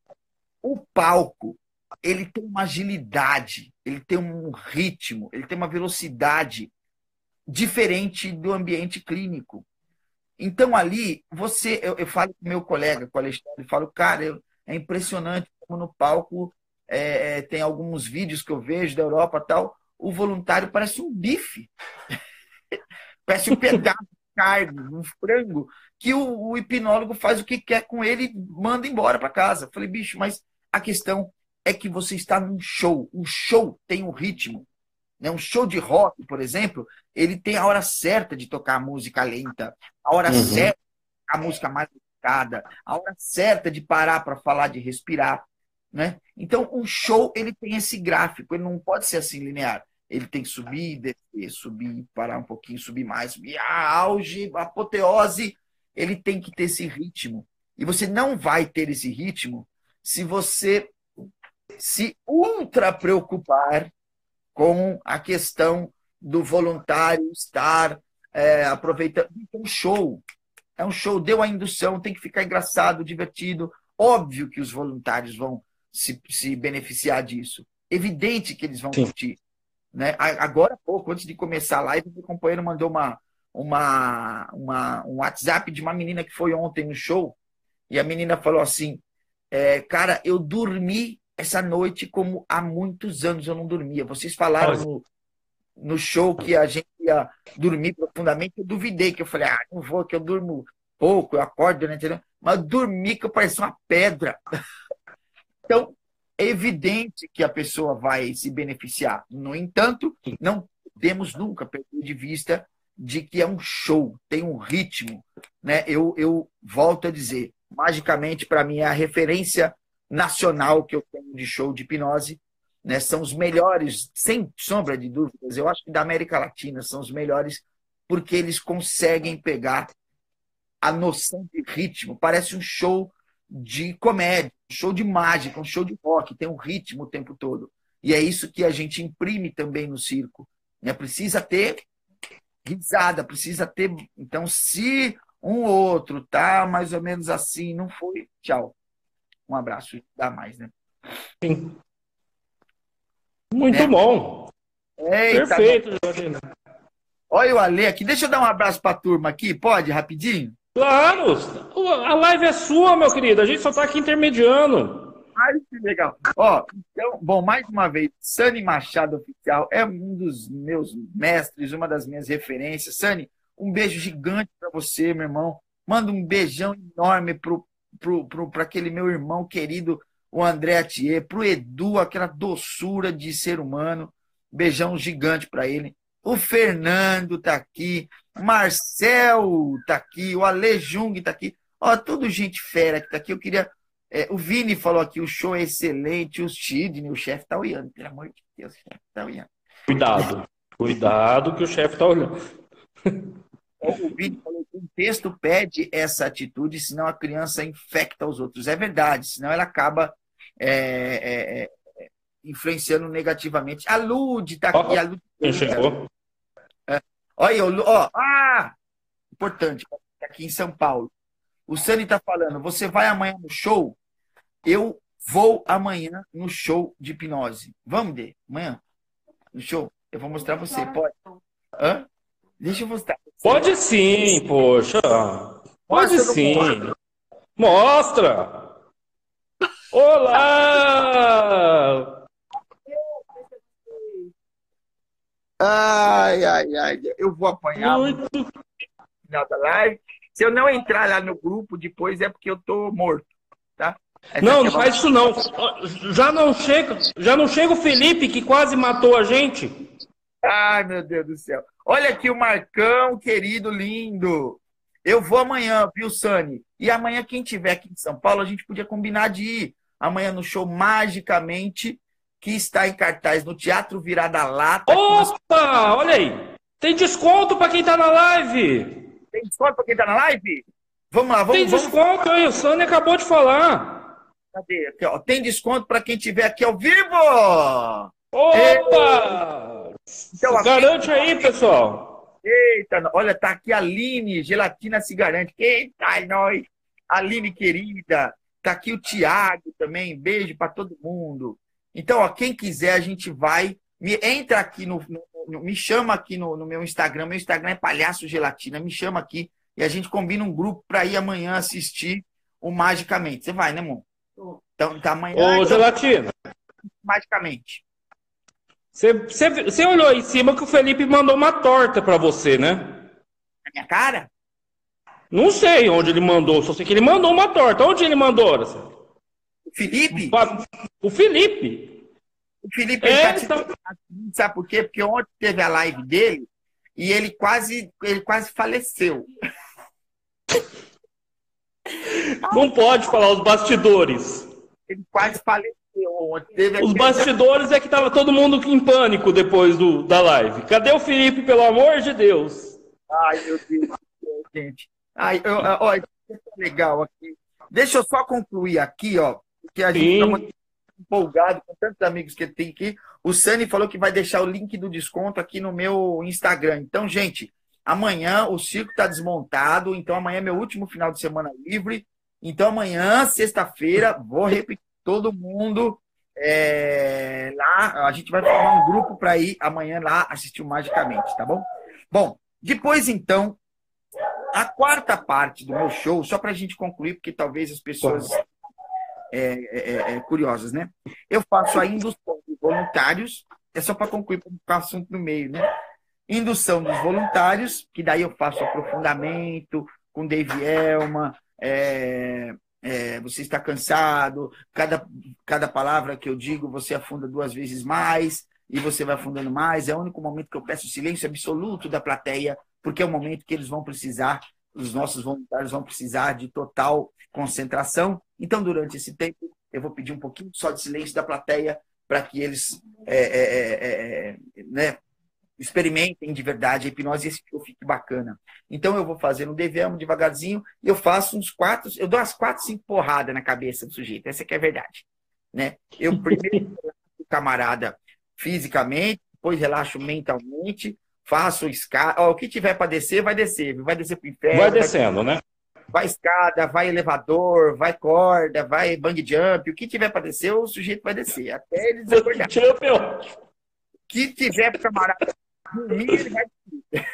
o palco, ele tem uma agilidade, ele tem um ritmo, ele tem uma velocidade diferente do ambiente clínico. Então, ali, você, eu, eu falo com meu colega, com o Alexandre, eu falo, cara, eu, é impressionante como no palco é, tem alguns vídeos que eu vejo da Europa e tal, o voluntário parece um bife, parece um pedaço de carne, um frango, que o, o hipnólogo faz o que quer com ele e manda embora para casa. Eu falei, bicho, mas a questão é que você está num show, um show tem um ritmo. Um show de rock, por exemplo, ele tem a hora certa de tocar a música lenta, a hora Uhum. certa a música mais delicada, a hora certa de parar para falar, de respirar, né? Então, um show ele tem esse gráfico, ele não pode ser assim linear. Ele tem que subir, descer, subir, parar um pouquinho, subir mais, subir, a auge, a apoteose, ele tem que ter esse ritmo. E você não vai ter esse ritmo se você se ultra preocupar com a questão do voluntário estar é, aproveitando. É um show. É um show, deu a indução, tem que ficar engraçado, divertido. Óbvio que os voluntários vão se, se beneficiar disso. Evidente que eles vão Sim. curtir. Né? Agora há pouco, antes de começar a live, meu companheiro mandou uma, uma, uma, um WhatsApp de uma menina que foi ontem no show, e a menina falou assim, é, cara, eu dormi essa noite como há muitos anos eu não dormia. Vocês falaram no, no show que a gente ia dormir profundamente, eu duvidei, que eu falei, ah, não vou, que eu durmo pouco, eu acordo, né, entendeu? Mas eu dormi que eu parecia uma pedra. Então, é evidente que a pessoa vai se beneficiar. No entanto, não podemos nunca perder de vista de que é um show, tem um ritmo. Né? Eu, eu volto a dizer, magicamente, para mim, é a referência nacional que eu tenho de show de hipnose. Né? São os melhores, sem sombra de dúvidas, eu acho que da América Latina são os melhores, porque eles conseguem pegar a noção de ritmo. Parece um show de comédia, um show de mágica, um show de rock, tem um ritmo o tempo todo. E é isso que a gente imprime também no circo. Né? Precisa ter risada, precisa ter... Então, se um ou outro tá mais ou menos assim, não foi, tchau. Um abraço, dá mais, né? Sim. Muito Né? bom. Eita, Perfeito, Jordina. olha o Ale aqui. Deixa eu dar um abraço para a turma aqui, pode? Rapidinho? Claro! A live é sua, meu querido. A gente só está aqui intermediando. Ai, que legal. Ó, então, bom, mais uma vez, Sani Machado Oficial é um dos meus mestres, uma das minhas referências. Sani, um beijo gigante para você, meu irmão. Manda um beijão enorme pro, pro, pro, para aquele meu irmão querido, o André Atier, pro Edu, aquela doçura de ser humano. Beijão gigante para ele. O Fernando tá aqui, Marcel tá aqui, o Ale Jung tá aqui. Ó, tudo gente fera que tá aqui. Eu queria... É, o Vini falou aqui, o show é excelente, o Sidney, o chefe tá olhando. Pelo amor de Deus, o chefe tá olhando. Cuidado. Cuidado que o chefe tá olhando. O Vini falou que o texto pede essa atitude, senão a criança infecta os outros. É verdade, senão ela acaba é, é, é, influenciando negativamente. A Lud tá aqui. Ó, a Lud quem chegou? Olha aí, ó, ah, importante, aqui em São Paulo. O Sani tá falando, você vai amanhã no show? Eu vou amanhã no show de hipnose. Vamos, Dê, amanhã, no show. Eu vou mostrar você. Pode? Hã? Deixa eu mostrar. Pode sim, poxa. Pode Mostra no sim. mundo. Mostra. Olá! Ai, ai, ai. Eu vou apanhar no Muito. final da live. Se eu não entrar lá no grupo depois é porque eu tô morto, tá? Essa Não, aqui não é uma- faz isso não. Já não chega, já não chega o Felipe que quase matou a gente. Ai, meu Deus do céu. Olha aqui o Marcão, querido, lindo. Eu vou amanhã, viu, Sani? E amanhã, quem tiver aqui em São Paulo, a gente podia combinar de ir. Amanhã no show Magicamente, que está em cartaz no Teatro Virada Lata. aqui nas- Opa, olha aí. Tem desconto para quem tá na live. Tem desconto para quem tá na live? Vamos lá, Tem vamos, vamos. desconto aí, o Sani acabou de falar. Cadê? Aqui, ó. Tem desconto para quem tiver aqui ao vivo. Opa! Então, aqui- Garante aí, pessoal. Eita, olha, tá aqui a Aline, Gelatina se garante. Eita, é nóis. Aline querida. Tá aqui o Thiago também. Beijo para todo mundo. Então, ó, quem quiser, a gente vai. Me, entra aqui no, no- no- Me chama aqui no, no meu Instagram. Meu Instagram é Palhaço Gelatina. Me chama aqui e a gente combina um grupo para ir amanhã assistir o Magicamente. Você vai, né, amor? Então, tá amanhã. Ô, então, Gelatina, Magicamente. você, você, você olhou aí em cima que o Felipe mandou uma torta para você, né? Na minha cara? Não sei onde ele mandou, só sei que ele mandou uma torta. Onde ele mandou, Araceli? O Felipe? O Felipe. O Felipe, É, ele tá te- então- sabe por quê? Porque ontem teve a live dele e ele quase, ele quase faleceu. Não pode falar os bastidores. Ele quase faleceu ontem. Teve Os aquele- bastidores é que tava todo mundo em pânico depois do, da live. Cadê o Felipe, pelo amor de Deus? Ai, meu Deus do céu, gente. Ai, eu, eu- ó, isso é legal aqui. Deixa eu só concluir aqui, ó, porque a gente Sim. tá muito empolgado com tantos amigos que tem aqui. O Sani falou que vai deixar o link do desconto aqui no meu Instagram. Então, gente, amanhã o circo está desmontado. Então, amanhã é meu último final de semana livre. Então, amanhã, sexta-feira, vou repetir todo mundo é, lá. A gente vai formar um grupo para ir amanhã lá assistir o Magicamente, tá bom? Bom, depois, então, a quarta parte do meu show, só para a gente concluir, porque talvez as pessoas é, é, é, é, curiosas, né? Eu faço a indução dos voluntários, é só para concluir, para não ficar assunto no meio, né? Indução dos voluntários, que daí eu faço aprofundamento com Dave Elma, é, é, você está cansado, cada, cada palavra que eu digo você afunda duas vezes mais, e você vai afundando mais, é o único momento que eu peço silêncio absoluto da plateia, porque é o momento que eles vão precisar, os nossos voluntários vão precisar de total concentração. Então, durante esse tempo, eu vou pedir um pouquinho só de silêncio da plateia para que eles é, é, é, é, né, experimentem de verdade a hipnose e esse show fique bacana. Então, eu vou fazer no D V M devagarzinho e eu faço uns quatro, eu dou umas quatro, cinco porradas na cabeça do sujeito. Essa que é a verdade. Né? Eu primeiro relaxo o camarada fisicamente, depois relaxo mentalmente, faço escada. Ó, o que tiver para descer, vai descer. Vai descer para o inferno. Vai descendo, né? Vai escada, vai elevador, vai corda, vai bang jump. O que tiver para descer, o sujeito vai descer. Até ele desacordar. Champion. O que tiver para camarada dormir, ele vai dormir.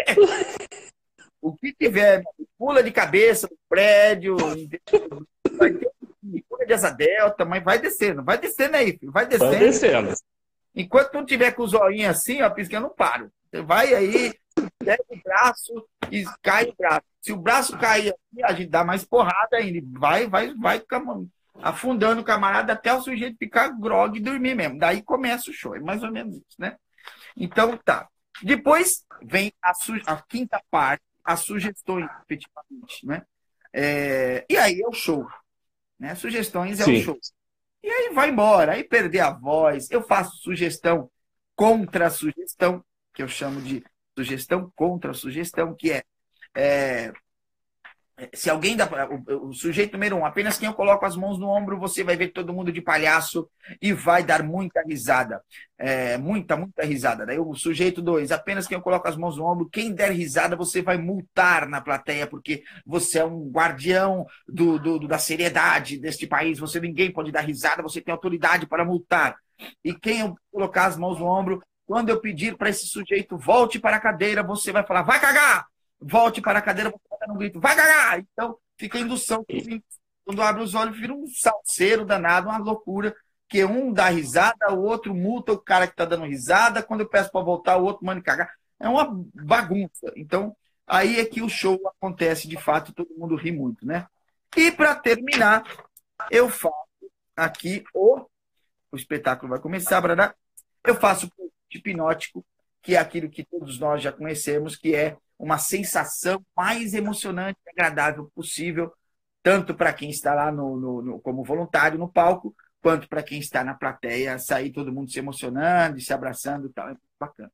O que tiver, pula de cabeça no prédio, vai ter pula de asa delta, mas vai descendo. Vai descendo aí, filho. Vai descendo. Vai descendo. Enquanto não tiver com os olhinhos assim, ó, piscando, eu não paro. Você vai aí, pega o braço e cai o braço. Se o braço cair aqui, a gente dá mais porrada ainda. Vai, vai, vai afundando o camarada até o sujeito ficar grog e dormir mesmo. Daí começa o show. É mais ou menos isso, né? Então, tá. Depois vem a, a quinta parte, as sugestões, efetivamente, né? É... E aí é o show. Né? Sugestões é Sim. o show. E aí vai embora, aí perder a voz. Eu faço sugestão contra sugestão, que eu chamo de sugestão contra sugestão, que é, é se alguém dá. O, o sujeito número um, apenas quem eu coloco as mãos no ombro, você vai ver todo mundo de palhaço e vai dar muita risada. É, muita, muita risada. Daí o sujeito dois, apenas quem eu coloco as mãos no ombro, quem der risada, você vai multar na plateia, porque você é um guardião do, do, da seriedade deste país. Você ninguém pode dar risada, você tem autoridade para multar. E quem eu colocar as mãos no ombro, Quando eu pedir para esse sujeito volte para a cadeira, você vai falar, vai cagar! Volte para a cadeira, você vai dar um grito, vai cagar! Então, fica a indução. Quando abre os olhos, vira um salseiro danado, uma loucura, que um dá risada, o outro multa o cara que está dando risada, quando eu peço para voltar, o outro manda cagar. É uma bagunça. Então, aí é que o show acontece de fato, todo mundo ri muito, né? E para terminar, eu faço aqui o, o espetáculo vai começar, brada. Eu faço o hipnótico, que é aquilo que todos nós já conhecemos, que é uma sensação mais emocionante e agradável possível, tanto para quem está lá no, no, no, como voluntário no palco, quanto para quem está na plateia, sair todo mundo se emocionando, se abraçando e tal. É bacana.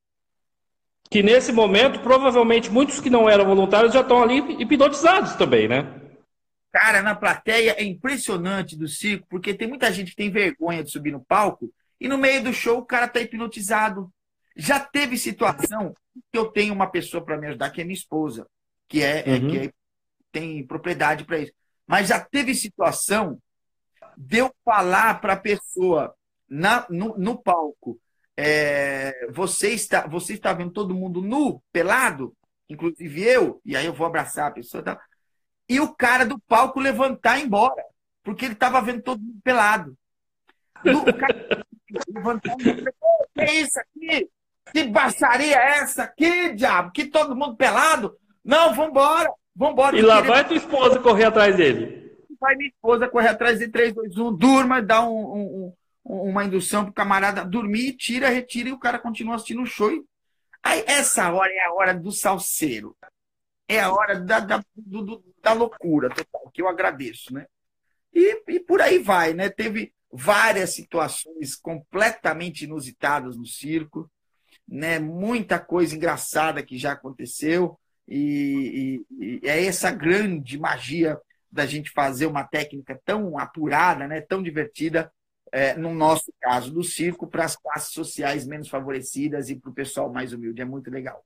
Que nesse momento, provavelmente, muitos que não eram voluntários já estão ali hipnotizados também, né? Cara, na plateia é impressionante do circo, porque tem muita gente que tem vergonha de subir no palco e no meio do show o cara tá hipnotizado. Já teve situação que eu tenho uma pessoa para me ajudar, que é minha esposa, que é, Uhum. é que é, tem propriedade para isso. Mas já teve situação de eu falar para a pessoa na, no, no palco, é, você, está, você está vendo todo mundo nu, pelado, inclusive eu, e aí eu vou abraçar a pessoa, tá? E o cara do palco levantar e ir embora, porque ele estava vendo todo mundo pelado. Do, o cara levantar e ir embora. Que é isso aqui? Que baixaria é essa aqui, diabo? Que todo mundo pelado? Não, vambora, vambora. E lá vai tua esposa correr atrás dele. Vai minha esposa correr atrás de três, dois, um, durma, dá um, um, um, uma indução pro camarada dormir, tira, retira e o cara continua assistindo o show. Aí essa hora é a hora do salseiro. É a hora da, da, do, do, da loucura total, que eu agradeço, né? E, e por aí vai, né? Teve várias situações completamente inusitadas no circo, né? Muita coisa engraçada que já aconteceu e, e, e é essa grande magia da gente fazer uma técnica tão apurada, né? Tão divertida, é, no nosso caso do circo, para as classes sociais menos favorecidas e para o pessoal mais humilde. É muito legal.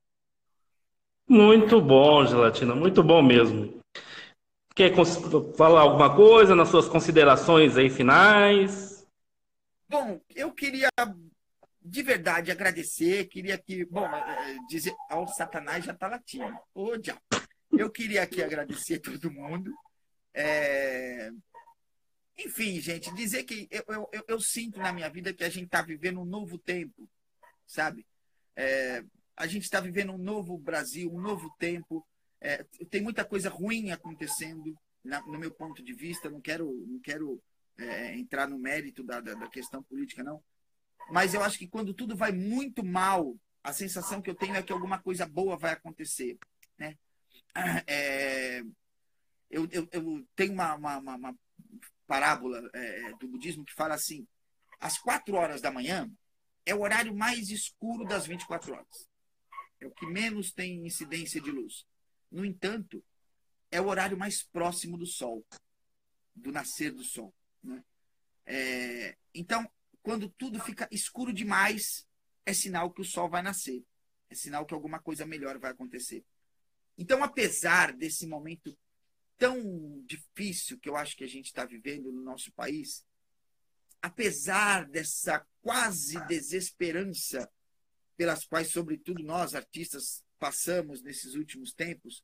Muito bom, Gelatina, muito bom mesmo. Quer falar alguma coisa nas suas considerações aí finais? Bom, eu queria de verdade agradecer, queria que, bom, dizer, ó, o Satanás já está latindo. Ô, diabo. Eu queria aqui agradecer a todo mundo. É... Enfim, gente, dizer que eu, eu, eu, eu sinto na minha vida que a gente está vivendo um novo tempo, sabe? É... A gente está vivendo um novo Brasil, um novo tempo. É, tem muita coisa ruim acontecendo, na, no meu ponto de vista. Não quero, não quero é, entrar no mérito da, da, da questão política, não. Mas eu acho que quando tudo vai muito mal, a sensação que eu tenho é que alguma coisa boa vai acontecer, né? É, eu, eu, eu tenho uma, uma, uma parábola é, do budismo que fala assim: às quatro horas da manhã é o horário mais escuro das vinte e quatro horas. É o que menos tem incidência de luz. No entanto, é o horário mais próximo do sol, do nascer do sol, né? É, então, quando tudo fica escuro demais, é sinal que o sol vai nascer. É sinal que alguma coisa melhor vai acontecer. Então, apesar desse momento tão difícil que eu acho que a gente está vivendo no nosso país, apesar dessa quase desesperança pelas quais, sobretudo, nós, artistas, passamos nesses últimos tempos,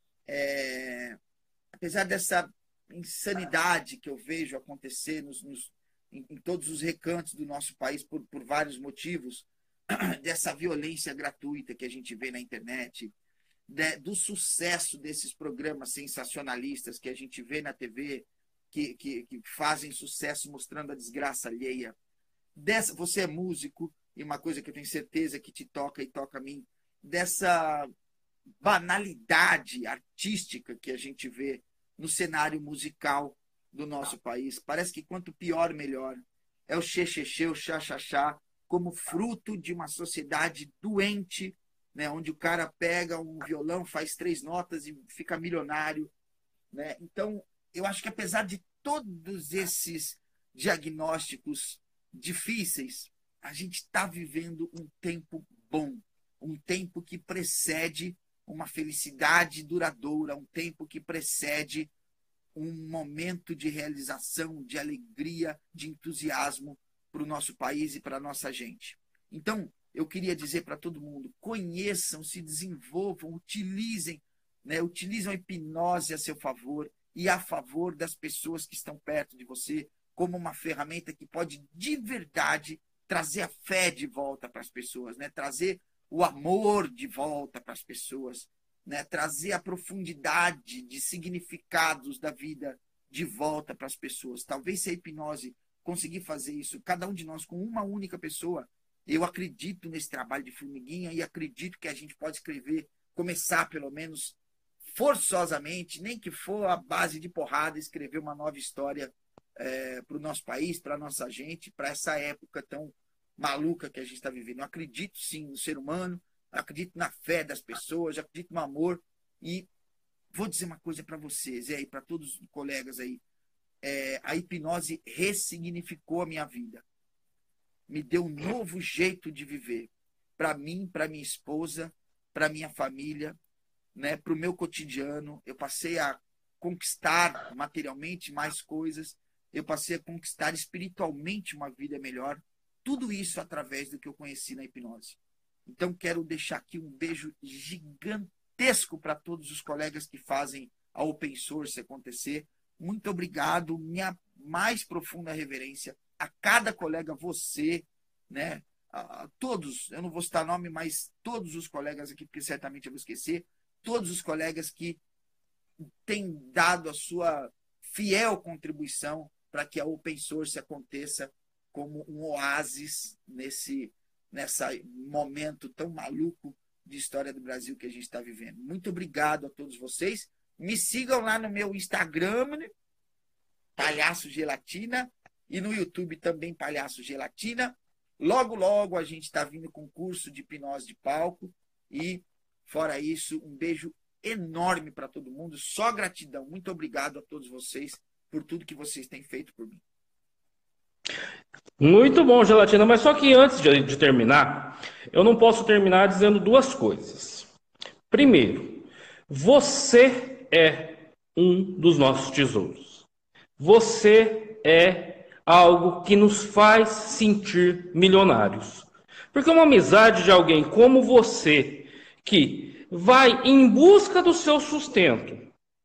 é, apesar dessa insanidade que eu vejo acontecer nos, nos, em, em todos os recantos do nosso país por, por vários motivos, dessa violência gratuita que a gente vê na internet, de, do sucesso desses programas sensacionalistas que a gente vê na T V, que, que, que fazem sucesso mostrando a desgraça alheia. Dessa, você é músico, e uma coisa que eu tenho certeza que te toca e toca a mim, dessa banalidade artística que a gente vê no cenário musical do nosso país. Parece que quanto pior, melhor. É o xexexê, o xaxaxá, como fruto de uma sociedade doente, né, onde o cara pega um violão, faz três notas e fica milionário, né? Então, eu acho que apesar de todos esses diagnósticos difíceis, a gente está vivendo um tempo bom, um tempo que precede uma felicidade duradoura, um tempo que precede um momento de realização, de alegria, de entusiasmo para o nosso país e para a nossa gente. Então, eu queria dizer para todo mundo, conheçam, se desenvolvam, utilizem, né, utilizem a hipnose a seu favor e a favor das pessoas que estão perto de você, como uma ferramenta que pode, de verdade, trazer a fé de volta para as pessoas, né? Trazer o amor de volta para as pessoas, né? Trazer a profundidade de significados da vida de volta para as pessoas. Talvez se a hipnose conseguir fazer isso, cada um de nós com uma única pessoa, eu acredito nesse trabalho de formiguinha e acredito que a gente pode escrever, começar pelo menos forçosamente, nem que for a base de porrada, escrever uma nova história é, para o nosso país, para a nossa gente, para essa época tão maluca que a gente está vivendo. Eu acredito sim no ser humano, acredito na fé das pessoas, acredito no amor e vou dizer uma coisa para vocês, e aí para todos os colegas aí, é, a hipnose ressignificou a minha vida, me deu um novo jeito de viver, para mim, para minha esposa, para minha família, né, para o meu cotidiano. Eu passei a conquistar materialmente mais coisas, eu passei a conquistar espiritualmente uma vida melhor, tudo isso através do que eu conheci na hipnose. Então quero deixar aqui um beijo gigantesco para todos os colegas que fazem a Open Source acontecer. Muito obrigado, minha mais profunda reverência a cada colega, você, né, a, a todos, eu não vou citar nome, mas todos os colegas aqui, porque certamente eu vou esquecer, todos os colegas que têm dado a sua fiel contribuição para que a Open Source aconteça como um oásis nesse nessa momento tão maluco de história do Brasil que a gente está vivendo. Muito obrigado a todos vocês. Me sigam lá no meu Instagram, né? Palhaço Gelatina, e no YouTube também Palhaço Gelatina. Logo, logo a gente está vindo com curso de hipnose de palco e, fora isso, um beijo enorme para todo mundo. Só gratidão. Muito obrigado a todos vocês por tudo que vocês têm feito por mim. Muito bom, Gelatina, mas só que antes de, de terminar, eu não posso terminar dizendo duas coisas. Primeiro, você é um dos nossos tesouros. Você é algo que nos faz sentir milionários. Porque uma amizade de alguém como você, que vai em busca do seu sustento,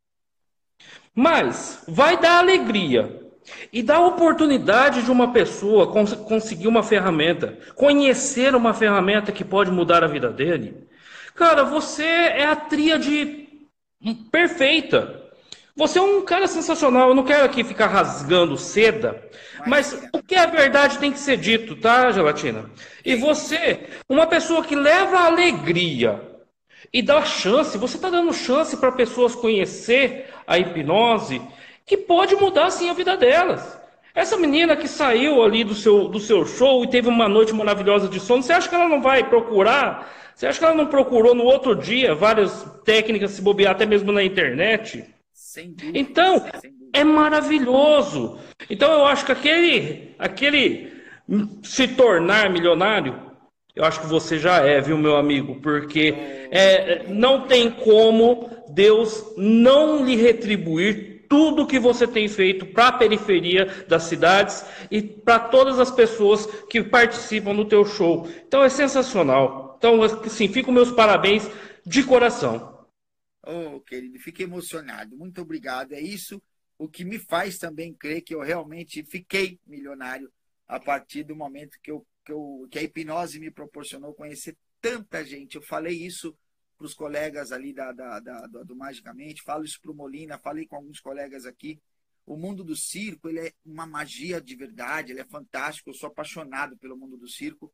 mas vai dar alegria e dar oportunidade de uma pessoa cons- conseguir uma ferramenta, conhecer uma ferramenta que pode mudar a vida dele. Cara, você é a tríade perfeita. Você é um cara sensacional. Eu não quero aqui ficar rasgando seda, mas o que é verdade tem que ser dito, tá, Gelatina? E você, uma pessoa que leva alegria e dá chance, você está dando chance para pessoas conhecer a hipnose, que pode mudar sim a vida delas. Essa menina que saiu ali do seu, do seu show e teve uma noite maravilhosa de sono, você acha que ela não vai procurar? Você acha que ela não procurou no outro dia várias técnicas, se bobear até mesmo na internet? Sem dúvida. Então, Sem dúvida. é maravilhoso. Então eu acho que aquele, aquele se tornar milionário, eu acho que você já é, viu, meu amigo? Porque é, não tem como Deus não lhe retribuir tudo que você tem feito para a periferia das cidades e para todas as pessoas que participam do teu show. Então é sensacional. Então, assim, fico meus parabéns de coração. Oh, querido, fiquei emocionado. Muito obrigado. É isso o que me faz também crer que eu realmente fiquei milionário a partir do momento que, eu, que, eu, que a hipnose me proporcionou conhecer tanta gente. Eu falei isso para os colegas ali da, da, da, do, do Magicamente, falo isso para o Molina, falei com alguns colegas aqui. O mundo do circo, ele é uma magia de verdade, ele é fantástico, eu sou apaixonado pelo mundo do circo,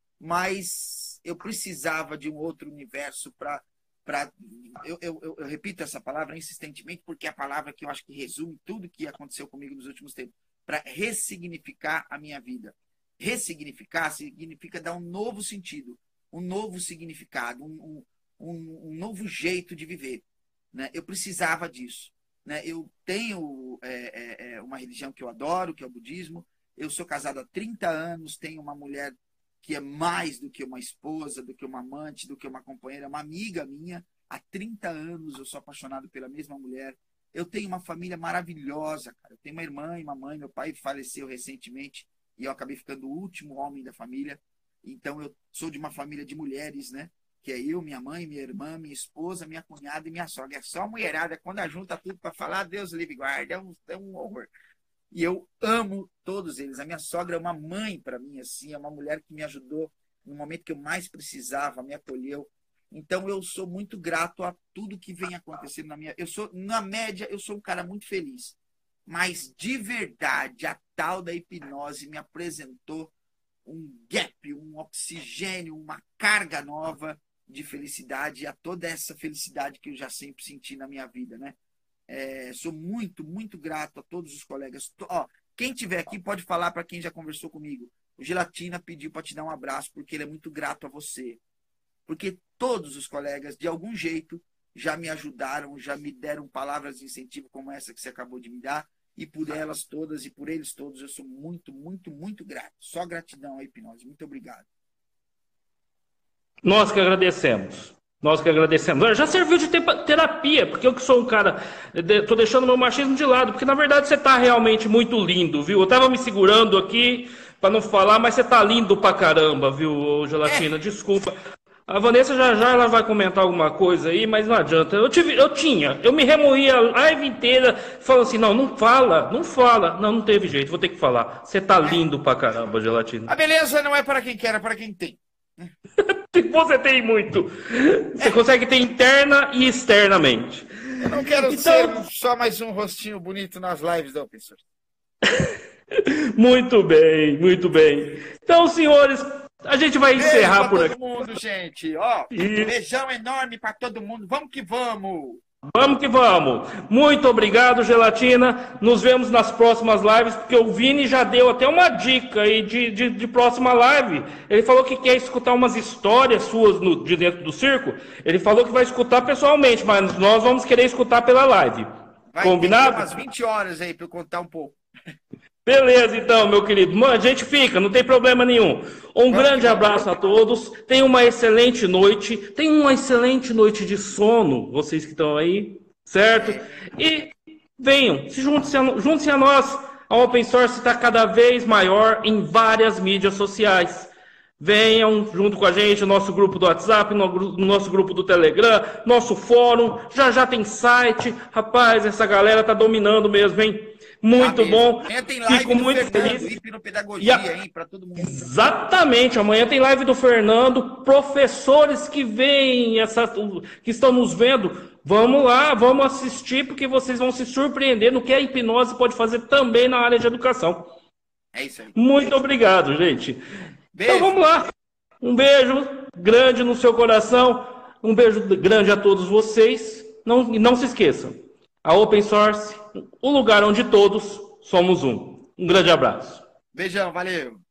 mas eu precisava de um outro universo para... Eu, eu, eu, eu repito essa palavra insistentemente, porque é a palavra que eu acho que resume tudo que aconteceu comigo nos últimos tempos, para ressignificar a minha vida. Ressignificar significa dar um novo sentido, um novo significado, um, um Um, um novo jeito de viver, né? Eu precisava disso, né? Eu tenho é, é, uma religião que eu adoro, que é o budismo. Eu sou casado há trinta anos, tenho uma mulher que é mais do que uma esposa, do que uma amante, do que uma companheira, uma amiga minha. Há trinta anos eu sou apaixonado pela mesma mulher. Eu tenho uma família maravilhosa, cara. Eu tenho uma irmã e uma mãe. Meu pai faleceu recentemente e eu acabei ficando o último homem da família. Então, eu sou de uma família de mulheres, né? Que é eu, minha mãe, minha irmã, minha esposa, minha cunhada e minha sogra. É só mulherada. Quando ajunta tudo para falar, Deus livre e guarda, é um, é um horror. E eu amo todos eles. A minha sogra é uma mãe para mim, assim, é uma mulher que me ajudou no momento que eu mais precisava, me acolheu. Então, eu sou muito grato a tudo que vem acontecendo na minha... Eu sou, na média, eu sou um cara muito feliz. Mas, de verdade, a tal da hipnose me apresentou um gap, um oxigênio, uma carga nova de felicidade, a toda essa felicidade que eu já sempre senti na minha vida, né? É, sou muito, muito grato a todos os colegas. Ó, quem tiver aqui pode falar para quem já conversou comigo. O Gelatina pediu para te dar um abraço porque ele é muito grato a você. Porque todos os colegas, de algum jeito, já me ajudaram, já me deram palavras de incentivo como essa que você acabou de me dar. E por elas todas e por eles todos, eu sou muito, muito, muito grato. Só gratidão à hipnose. Muito obrigado. Nós que agradecemos. Nós que agradecemos. Já serviu de terapia, porque eu que sou um cara... Estou deixando meu machismo de lado, porque na verdade você está realmente muito lindo, viu? Eu estava me segurando aqui para não falar, mas você está lindo pra caramba, viu, Gelatina? É. Desculpa. A Vanessa já já ela vai comentar alguma coisa aí, mas não adianta. Eu, tive, eu tinha, eu me remoí a live inteira falando assim, não, não fala, não fala. Não, não teve jeito, vou ter que falar. Você tá lindo pra caramba, Gelatina. A beleza não é para quem quer, é para quem tem. Você tem muito. Você é. consegue ter interna e externamente. Eu não quero então... ser só mais um rostinho bonito nas lives da Open Source. Muito bem, muito bem. Então, senhores... A gente vai Beijo encerrar por todo aqui. Mundo, gente. Ó, e... Beijão enorme para todo mundo. Vamos que vamos. Vamos que vamos. Muito obrigado, Gelatina. Nos vemos nas próximas lives, porque o Vini já deu até uma dica aí de, de, de próxima live. Ele falou que quer escutar umas histórias suas no, de dentro do circo. Ele falou que vai escutar pessoalmente, mas nós vamos querer escutar pela live. Vai Combinado? Ter umas vinte horas aí para eu contar um pouco. Beleza, então, meu querido. A gente fica, não tem problema nenhum. Um Vamos grande abraço a todos. Tenham uma excelente noite. Tenham uma excelente noite de sono, vocês que estão aí, certo? E venham, se junte-se a, junte-se a nós. A Open Source está cada vez maior em várias mídias sociais. Venham junto com a gente, no nosso grupo do WhatsApp, no, no nosso grupo do Telegram, nosso fórum. Já já tem site. Rapaz, essa galera tá dominando mesmo, hein? Muito ah, bom. Amanhã tem live Fico do muito Fernando, feliz. Hipnopedagogia, a... hein, para todo mundo. Exatamente. Amanhã tem live do Fernando. Professores que veem, essa, que estão nos vendo, vamos lá, vamos assistir, porque vocês vão se surpreender no que a hipnose pode fazer também na área de educação. É isso aí. Muito obrigado, gente. Beijo. Então vamos lá. Um beijo grande no seu coração. Um beijo grande a todos vocês. Não, não se esqueçam. A Open Source, o lugar onde todos somos um. Um grande abraço. Beijão, valeu.